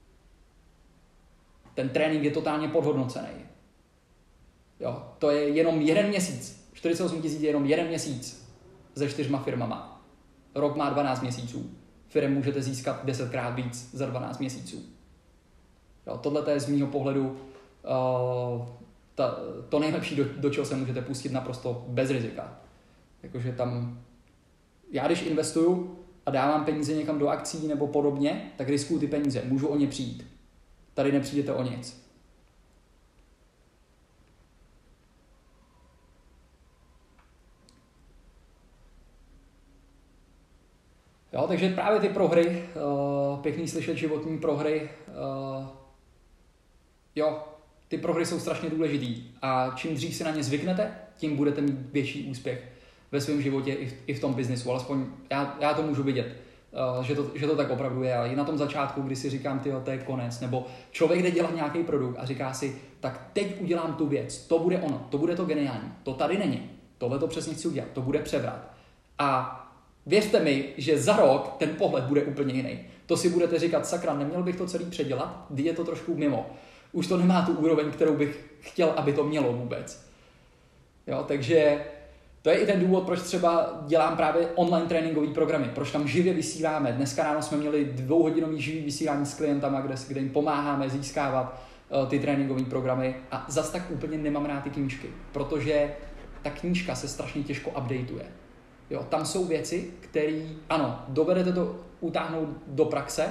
Ten trénink je totálně podhodnocený. Jo, to je jenom jeden měsíc. čtyřicet osm tisíc je jenom jeden měsíc se čtyřma firmama. Rok má dvanáct měsíců. Firem můžete získat desetkrát víc za dvanáct měsíců. Jo, tohle je z mýho pohledu uh, ta, to nejlepší, do, do čeho se můžete pustit naprosto bez rizika. Jakože tam, já když investuju a dávám peníze někam do akcí nebo podobně, tak riskuju ty peníze, můžu o ně přijít. Tady nepřijdete o nic. Jo, takže právě ty prohry, uh, pěkný slyšet životní prohry, uh, jo, ty prohry jsou strašně důležitý a čím dřív si na ně zvyknete, tím budete mít větší úspěch ve svém životě i v, i v tom biznisu, alespoň já, já to můžu vidět, uh, že, to, že to tak opravdu je. I na tom začátku, kdy si říkám, tyjo, to je konec, nebo člověk jde dělat nějaký produkt a říká si, tak teď udělám tu věc, to bude ono, to bude to geniální, to tady není, tohle to přesně chci udělat, to bude převrat. A věřte mi, že za rok ten pohled bude úplně jiný. To si budete říkat, sakra, neměl bych to celý předělat, kdy je to trošku mimo. Už to nemá tu úroveň, kterou bych chtěl, aby to mělo vůbec. Jo, takže to je i ten důvod, proč třeba dělám právě online tréninkové programy, proč tam živě vysíláme. Dneska ráno jsme měli dvouhodinový živý vysílání s klientama, kde, kde jim pomáháme získávat uh, ty tréninkové programy a zas tak úplně nemám rád ty knížky, protože ta knížka se strašně těžko updateuje. Jo, tam jsou věci, které, ano, dovedete to utáhnout do praxe,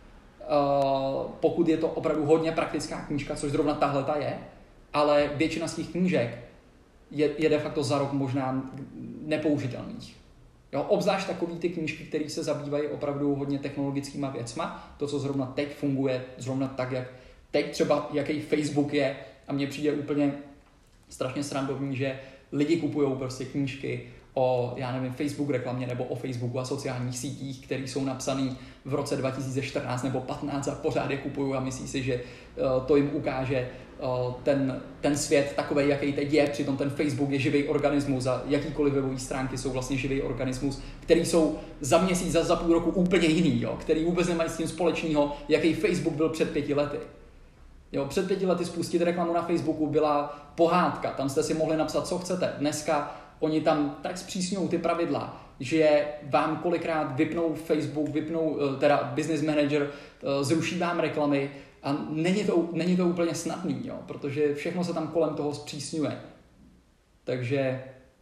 uh, pokud je to opravdu hodně praktická knížka, což zrovna tahleta je, ale většina z těch knížek je, je de facto za rok možná nepoužitelných. Jo, obzvlášť takový ty knížky, které se zabývají opravdu hodně technologickýma věcma, to, co zrovna teď funguje, zrovna tak, jak teď třeba jaký Facebook je, a mně přijde úplně strašně srandovní, že lidi kupují prostě knížky o, já nevím, Facebook reklamě nebo o Facebooku a sociálních sítích, které jsou napsané v roce dva tisíce čtrnáct nebo patnáct a pořád je kupují a myslí si, že uh, to jim ukáže uh, ten, ten svět takovej, jaký teď je. Přitom ten Facebook je živý organismus a jakýkoliv webové stránky jsou vlastně živý organismus, který jsou za měsíc, za, za půl roku úplně jiný, jo? Který vůbec nemají s tím společného, jaký Facebook byl před pěti lety. Jo, před pěti lety spustit reklamu na Facebooku byla pohádka, tam jste si mohli napsat, co chcete. Dneska oni tam tak zpřísňují ty pravidla, že vám kolikrát vypnou Facebook, vypnou teda Business Manager, zruší vám reklamy a není to, není to úplně snadný, jo, protože všechno se tam kolem toho zpřísňuje. Takže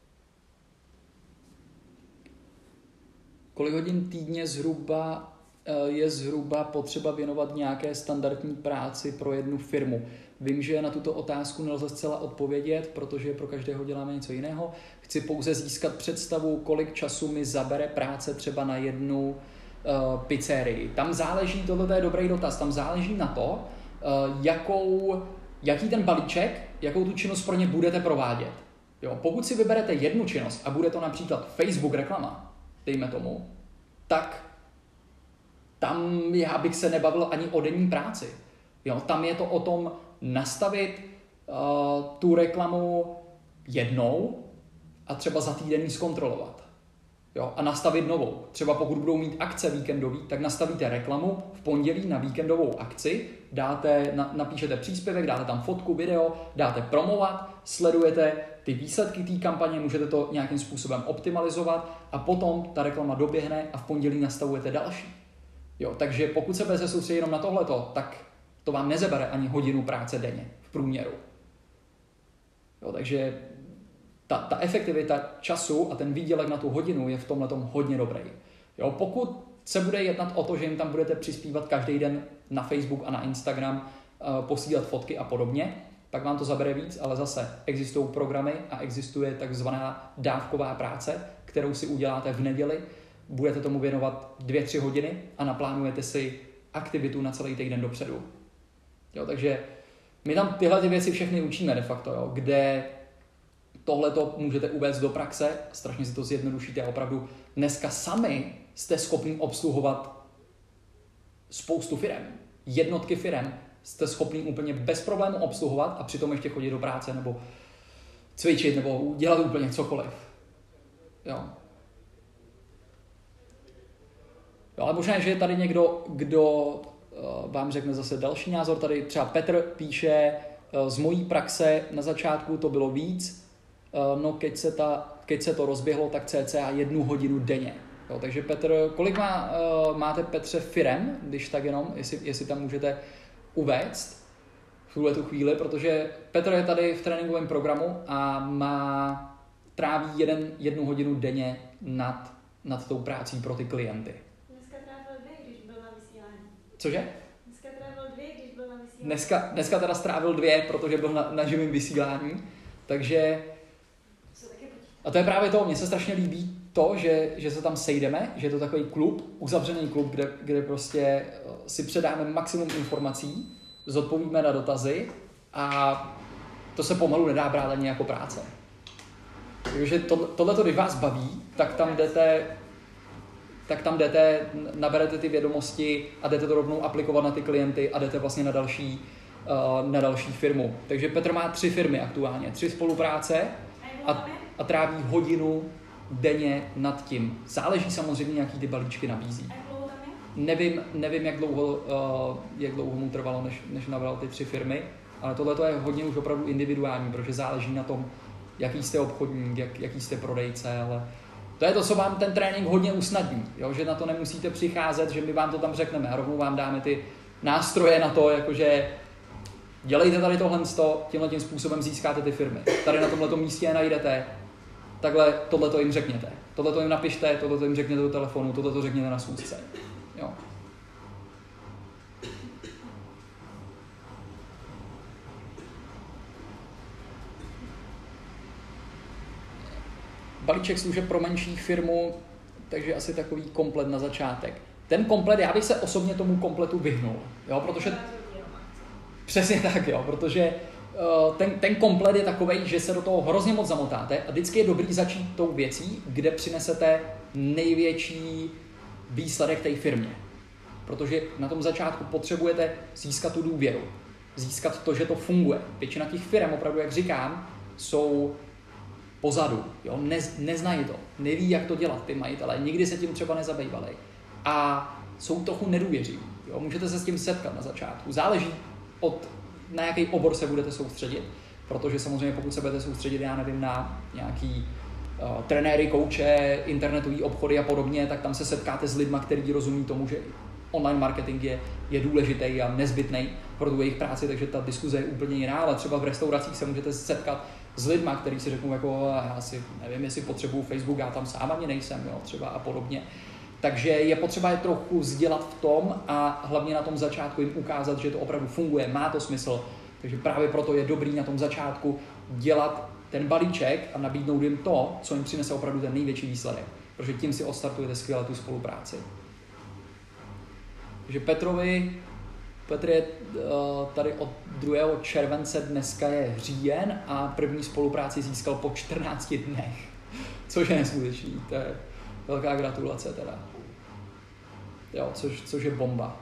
kolik hodin týdně zhruba je zhruba potřeba věnovat nějaké standardní práci pro jednu firmu? Vím, že na tuto otázku nelze zcela odpovědět, protože pro každého děláme něco jiného. Chci pouze získat představu, kolik času mi zabere práce třeba na jednu uh, pizzerii. Tam záleží, tohle je dobrý dotaz, tam záleží na to, uh, jakou, jaký ten balíček, jakou tu činnost pro ně budete provádět. Jo, pokud si vyberete jednu činnost a bude to například Facebook reklama, dejme tomu, tak tam já bych se nebavil ani o denní práci. Jo, tam je to o tom nastavit uh, tu reklamu jednou a třeba za týden ji zkontrolovat. Jo, a nastavit novou. Třeba pokud budou mít akce víkendový, tak nastavíte reklamu v pondělí na víkendovou akci, dáte, na, napíšete příspěvek, dáte tam fotku, video, dáte promovat, sledujete ty výsledky té kampaně, můžete to nějakým způsobem optimalizovat a potom ta reklama doběhne a v pondělí nastavujete další. Jo, takže pokud se budete soustředit jenom na tohleto, tak to vám nezabere ani hodinu práce denně v průměru. Jo, takže ta, ta efektivita času a ten výdělek na tu hodinu je v tomhletom hodně dobrý. Jo, pokud se bude jednat o to, že jim tam budete přispívat každý den na Facebook a na Instagram, uh, posílat fotky a podobně, tak vám to zabere víc, ale zase existují programy a existuje takzvaná dávková práce, kterou si uděláte v neděli, budete tomu věnovat dvě, tři hodiny a naplánujete si aktivitu na celý týden dopředu. Jo, takže my tam tyhle ty věci všechny učíme de facto, jo, kde tohleto můžete uvést do praxe, strašně si to zjednodušíte a opravdu dneska sami jste schopni obsluhovat spoustu firem, jednotky firem jste schopni úplně bez problému obsluhovat a přitom ještě chodit do práce nebo cvičit nebo dělat úplně cokoliv. Jo. Jo, ale možná, že je tady někdo, kdo uh, vám řekne zase další názor. Tady třeba Petr píše, uh, z mojí praxe na začátku to bylo víc, uh, no keď se, ta, keď se to rozběhlo, tak cca jednu hodinu denně. Jo, takže Petr, kolik má, uh, máte Petře firem, když tak jenom, jestli, jestli tam můžete uvést v tuhle tu chvíli, protože Petr je tady v tréninkovém programu a má, tráví jeden, jednu hodinu denně nad, nad tou prací pro ty klienty. Cože? Dneska trávil dvě, když byl na vysílání. Dneska, dneska teda strávil dvě, protože byl na, na živém vysílání. Takže... A to je právě to, mně se strašně líbí to, že, že se tam sejdeme, že je to takový klub, uzavřený klub, kde, kde prostě si předáme maximum informací, zodpovíme na dotazy a to se pomalu nedá brát ani jako práce. Takže to, tohleto, když vás baví, tak tam jdete... tak tam jdete, naberete ty vědomosti a jdete to rovnou aplikovat na ty klienty a jdete vlastně na další, uh, na další firmu. Takže Petr má tři firmy aktuálně, tři spolupráce a, a tráví hodinu denně nad tím. Záleží samozřejmě, jaký ty balíčky nabízí. Nevím, nevím jak, dlouho, uh, jak dlouho mu trvalo, než, než nabral ty tři firmy, ale tohle je hodně už opravdu individuální, protože záleží na tom, jaký jste obchodník, jak, jaký jste prodejce, ale to je to, co vám ten trénink hodně usnadní, jo? Že na to nemusíte přicházet, že my vám to tam řekneme a rovnou vám dáme ty nástroje na to, jakože dělejte tady tohle, tímhle tím způsobem získáte ty firmy. Tady na tomhletom místě je najdete, takhle tohleto jim řekněte, tohleto jim napište, tohleto jim řekněte do telefonu, tohleto řekněte na schůzce. Jo. Balíček služeb pro menší firmu, takže asi takový komplet na začátek. Ten komplet, já bych se osobně tomu kompletu vyhnul, jo, protože... Přesně tak, jo, protože uh, ten, ten komplet je takovej, že se do toho hrozně moc zamotáte a vždycky je dobrý začít tou věcí, kde přinesete největší výsledek té firmě. Protože na tom začátku potřebujete získat tu důvěru, získat to, že to funguje. Většina těch firm, opravdu, jak říkám, jsou pozadu, jo? Nez, neznají to, neví, jak to dělat ty majitelé, nikdy se tím třeba nezabývali a jsou trochu nedůvěřiví. Jo? Můžete se s tím setkat na začátku. Záleží od, na jaký obor se budete soustředit, protože samozřejmě pokud se budete soustředit, já nevím, na nějaký uh, trenéry, kouče, internetový obchody a podobně, tak tam se setkáte s lidma, kteří rozumí tomu, že online marketing je, je důležitý a nezbytný pro tu jejich práci, takže ta diskuze je úplně jiná, ale třeba v restauracích se můžete setkat s lidma, kteří si řeknou, jako já si nevím, jestli potřebuju Facebook, já tam sám ani nejsem, jo, třeba a podobně. Takže je potřeba je trochu sdělat v tom a hlavně na tom začátku jim ukázat, že to opravdu funguje, má to smysl, Takže právě proto je dobrý na tom začátku dělat ten balíček a nabídnout jim to, co jim přinese opravdu ten největší výsledek. Protože tím si odstartujete skvěle tu spolupráci. Takže Petrovi, Petr je tady od druhého července, dneska je říjen a první spolupráci získal po čtrnácti dnech. Což je neskutečný, to je velká gratulace teda. Jo, což, což je bomba.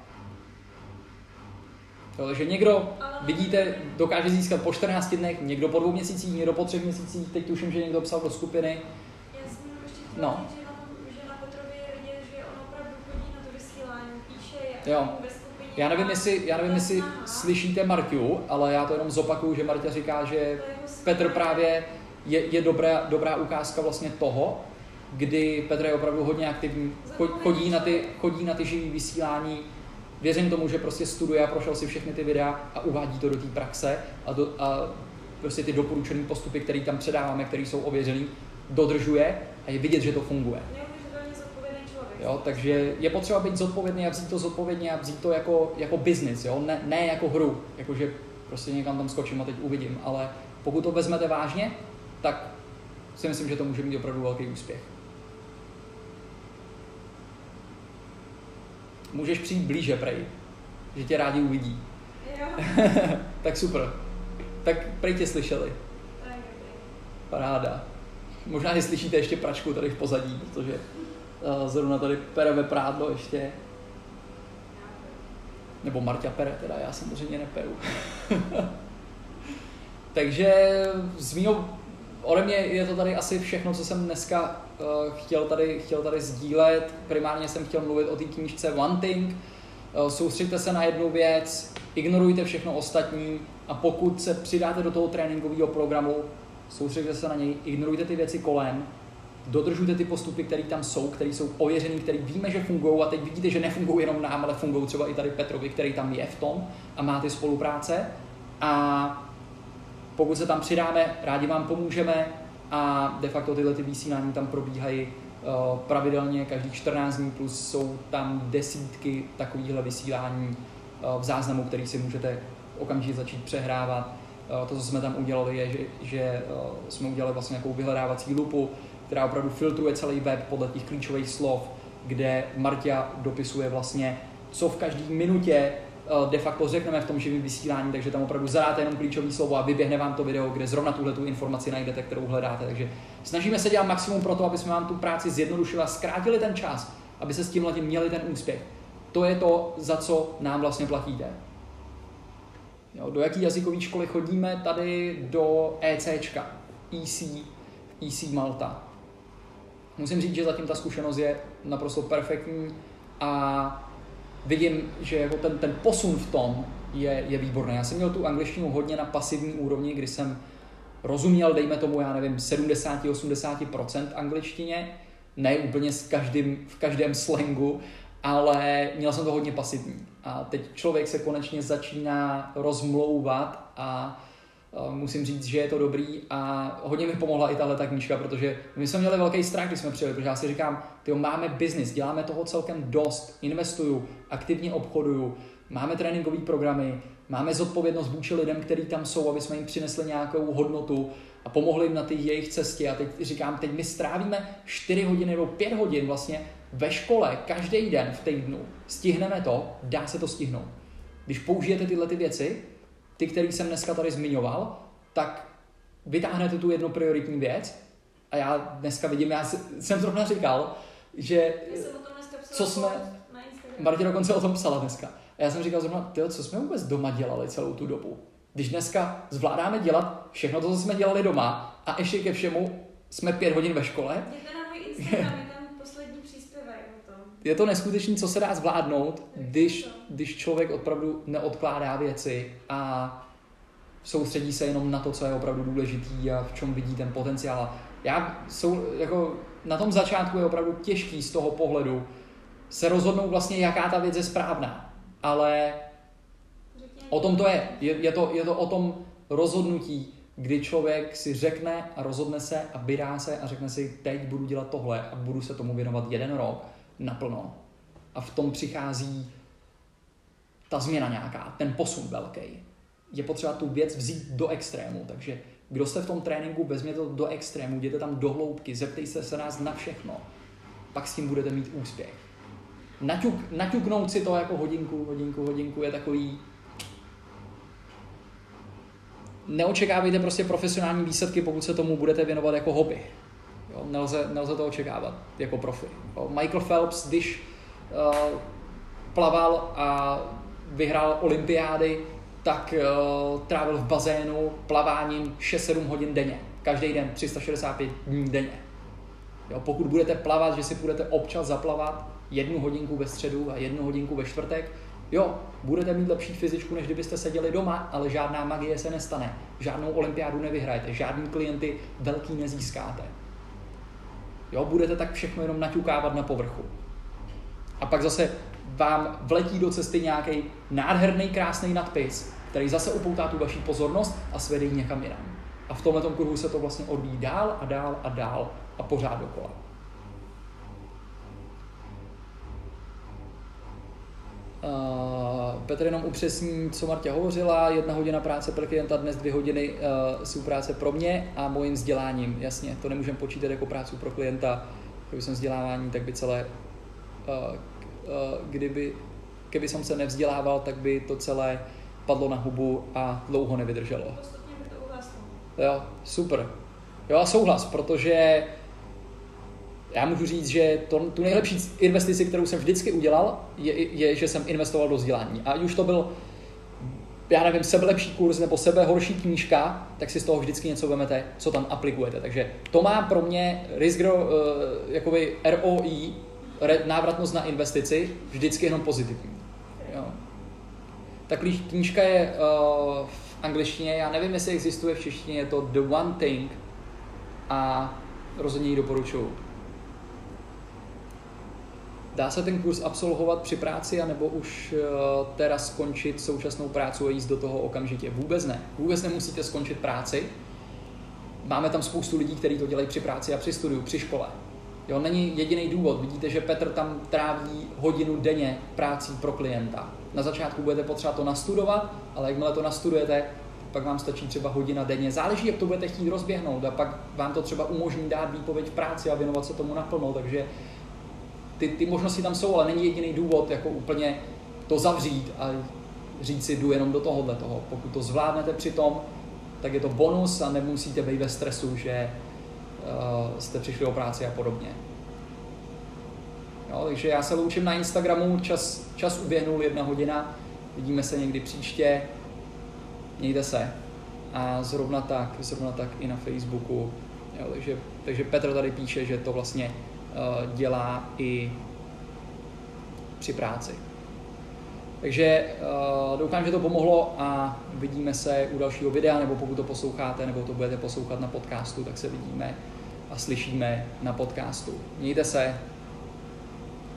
Jo, takže někdo, vidíte, dokáže získat po čtrnácti dnech, někdo po dvou měsících, někdo po třech měsících, teď tuším, že někdo psal do skupiny. Já jsem ještě chtěla no. říct, že na, tom, že na Petrově je vidět, že on opravdu chodí na to vysílání, píše, jak jo. ve skupině. Já nevím, jestli, já nevím, jestli slyšíte Marťu, ale já to jenom zopakuju, že Marťa říká, že Petr právě je, je dobrá, dobrá ukázka vlastně toho, kdy Petr je opravdu hodně aktivní, chodí na ty, chodí na ty živý vysílání, věřím tomu, že prostě studuje a prošel si všechny ty videa a uvádí to do té praxe a, do, a prostě ty doporučené postupy, které tam předáváme, které jsou ověřený, dodržuje a je vidět, že to funguje. Neuvěřitelně zodpovědný člověk. Jo, takže je potřeba být zodpovědný a vzít to zodpovědně a vzít to jako, jako business, jo? Ne, ne jako hru, jakože prostě někam tam skočím a teď uvidím, ale pokud to vezmete vážně, tak si myslím, že to může mít opravdu velký úspěch. Můžeš přijít blíže, prej, že tě rádi uvidí. Jo. Tak super. Tak prej tě slyšeli. Tak, Paráda. Možná že slyšíte ještě pračku tady v pozadí, protože uh, zrovna tady pere ve prádlo ještě. Nebo Marťa pere, teda já samozřejmě neperu. Takže z mýho, ode mě je to tady asi všechno, co jsem dneska uh, chtěl, tady, chtěl tady sdílet. Primárně jsem chtěl mluvit o té knížce One Thing. Uh, soustřeďte se na jednu věc, ignorujte všechno ostatní a pokud se přidáte do toho tréninkového programu, soustřeďte se na něj, ignorujte ty věci kolem, dodržujte ty postupy, které tam jsou, které jsou ověřené, které víme, že fungují a teď vidíte, že nefungují jenom nám, ale fungují třeba i tady Petrovi, který tam je v tom a má ty spolupráce. A pokud se tam přidáme, rádi vám pomůžeme a de facto tyhle ty vysílání tam probíhají uh, pravidelně každých čtrnáct dní, plus jsou tam desítky takovýchhle vysílání uh, v záznamu, který si můžete okamžitě začít přehrávat. Uh, to, co jsme tam udělali, je, že, že uh, jsme udělali vlastně nějakou vyhledávací lupu, která opravdu filtruje celý web podle těch klíčových slov, kde Marťa dopisuje vlastně, co v každé minutě de facto řekneme v tom živém vysílání, takže tam opravdu zadáte jenom klíčové slovo a vyběhne vám to video, kde zrovna tuhle tu informaci najdete, kterou hledáte. Takže snažíme se dělat maximum pro to, aby jsme vám tu práci zjednodušili a zkrátili ten čas, aby se s tímhletím měli ten úspěch. To je to, za co nám vlastně platíte. Jo, do jaký jazykové školy chodíme? Tady do ECčka, E C, E C Malta. Musím říct, že zatím ta zkušenost je naprosto perfektní a vidím, že jako ten, ten posun v tom je, je výborný. Já jsem měl tu angličtinu hodně na pasivní úrovni, kdy jsem rozuměl, dejme tomu, já nevím, sedmdesát až osmdesát procent angličtině, ne úplně s každým, v každém slangu, ale měl jsem to hodně pasivní. A teď člověk se konečně začíná rozmlouvat a musím říct, že je to dobrý a hodně mi pomohla i tahle ta knížka, protože my jsme měli velký strach, když jsme přijeli, protože já si říkám, tyjo, máme biznis, děláme toho celkem dost, investuju, aktivně obchoduju, máme tréninkové programy, máme zodpovědnost vůči lidem, kteří tam jsou, aby jsme jim přinesli nějakou hodnotu a pomohli jim na té jejich cestě. A teď říkám, teď my strávíme čtyři hodiny nebo pět hodin vlastně ve škole, každý den v týdnu. Stihneme to, dá se to stihnout. Když použijete tyhle ty věci, ty, který jsem dneska tady zmiňoval, tak vytáhnete tu jednu prioritní věc a já dneska vidím, já jsem zrovna říkal, že co jsme, Martě dokonce o tom psala dneska, a já jsem říkal zrovna, tyjo, co jsme vůbec doma dělali celou tu dobu. Když dneska zvládáme dělat všechno to, co jsme dělali doma a ještě ke všemu jsme pět hodin ve škole. Jděte na můj Instagram, je tam poslední příspěvek o tom. Je to neskutečné, co se dá zvládnout, když, když člověk opravdu neodkládá věci a soustředí se jenom na to, co je opravdu důležitý a v čem vidí ten potenciál. Já jsou, jako, na tom začátku je opravdu těžký z toho pohledu se rozhodnout vlastně, jaká ta věc je správná. Ale o tom to je. Je, je, to, je to o tom rozhodnutí, kdy člověk si řekne a rozhodne se a vydá se a řekne si, teď budu dělat tohle a budu se tomu věnovat jeden rok naplno. A v tom přichází ta změna nějaká, ten posun velký. je potřeba tu věc vzít do extrému. Takže kdo jste v tom tréninku, vezměte to do extrému, jděte tam do hloubky, zeptejte se nás na všechno. Pak s tím budete mít úspěch. Naťuk, naťuknout si to jako hodinku, hodinku, hodinku je takový... Neočekávejte prostě profesionální výsledky, pokud se tomu budete věnovat jako hobby. Jo, nelze, nelze to očekávat jako profi. Jo, Michael Phelps, když uh, plaval a vyhrál olympiády, tak uh, trávil v bazénu plaváním šest sedm hodin denně. Každý den, tři sta šedesát pět dní denně. Jo, pokud budete plavat, že si budete občas zaplavat jednu hodinku ve středu a jednu hodinku ve čtvrtek, jo, budete mít lepší fyzičku, než kdybyste seděli doma, ale žádná magie se nestane. Žádnou olympiádu nevyhrajete, žádný klienty velký nezískáte. Jo, budete tak všechno jenom naťukávat na povrchu. A pak zase vám vletí do cesty nějaký nádherný, krásný nadpis, který zase upoutá tu vaši pozornost a svede ji někam jinam. A v tomhle kruhu se to vlastně odvíjí dál a dál a dál a pořád dokola. Uh, Petr jenom upřesní, co Marta hovořila, jedna hodina práce pro klienta, dnes dvě hodiny uh, jsou práce pro mě a mojím vzděláním. Jasně, to nemůžeme počítat jako práci pro klienta, kdyby jsem vzdělávání, tak by celé, uh, uh, kdyby, kdyby jsem se nevzdělával, tak by to celé padlo na hubu a dlouho nevydrželo. Postupně by to uhaslo. Jo, super. Jo a souhlas, protože já můžu říct, že to, tu nejlepší investici, kterou jsem vždycky udělal, je, je, že jsem investoval do vzdělání. A ať už to byl, já nevím, sebelepší kurz nebo sebe horší knížka, tak si z toho vždycky něco vemete, co tam aplikujete. Takže to má pro mě risk, uh, jakoby R O I, návratnost na investici, vždycky jenom pozitivní. Jo. Ta knížka je uh, v angličtině, já nevím, jestli existuje v češtině, je to The One Thing a rozhodně ji doporučuji. Dá se ten kurz absolvovat při práci, anebo už uh, teda skončit současnou práci a jít do toho okamžitě? Vůbec ne. Vůbec nemusíte skončit práci. Máme tam spoustu lidí, kteří to dělají při práci a při studiu, při škole. Jo, není jediný důvod. Vidíte, že Petr tam tráví hodinu denně práci pro klienta. Na začátku budete potřebovat to nastudovat, ale jakmile to nastudujete, pak vám stačí třeba hodina denně. Záleží, jak to budete chtít rozběhnout a pak vám to třeba umožní dát výpověď v práci a věnovat se tomu naplno, takže Ty, ty možnosti tam jsou, ale není jediný důvod jako úplně to zavřít a říct si, jdu jenom do tohohle toho. Pokud to zvládnete při tom, tak je to bonus a nemusíte být ve stresu, že uh, jste přišli o práci a podobně. Jo, takže já se loučím na Instagramu, čas, čas uběhnul jedna hodina, vidíme se někdy příště, mějte se. A zrovna tak, zrovna tak i na Facebooku. Jo, takže, takže Petr tady píše, že to vlastně dělá i při práci. Takže uh, doufám, že to pomohlo a vidíme se u dalšího videa, nebo pokud to posloucháte, nebo to budete poslouchat na podcastu, tak se vidíme a slyšíme na podcastu. Mějte se.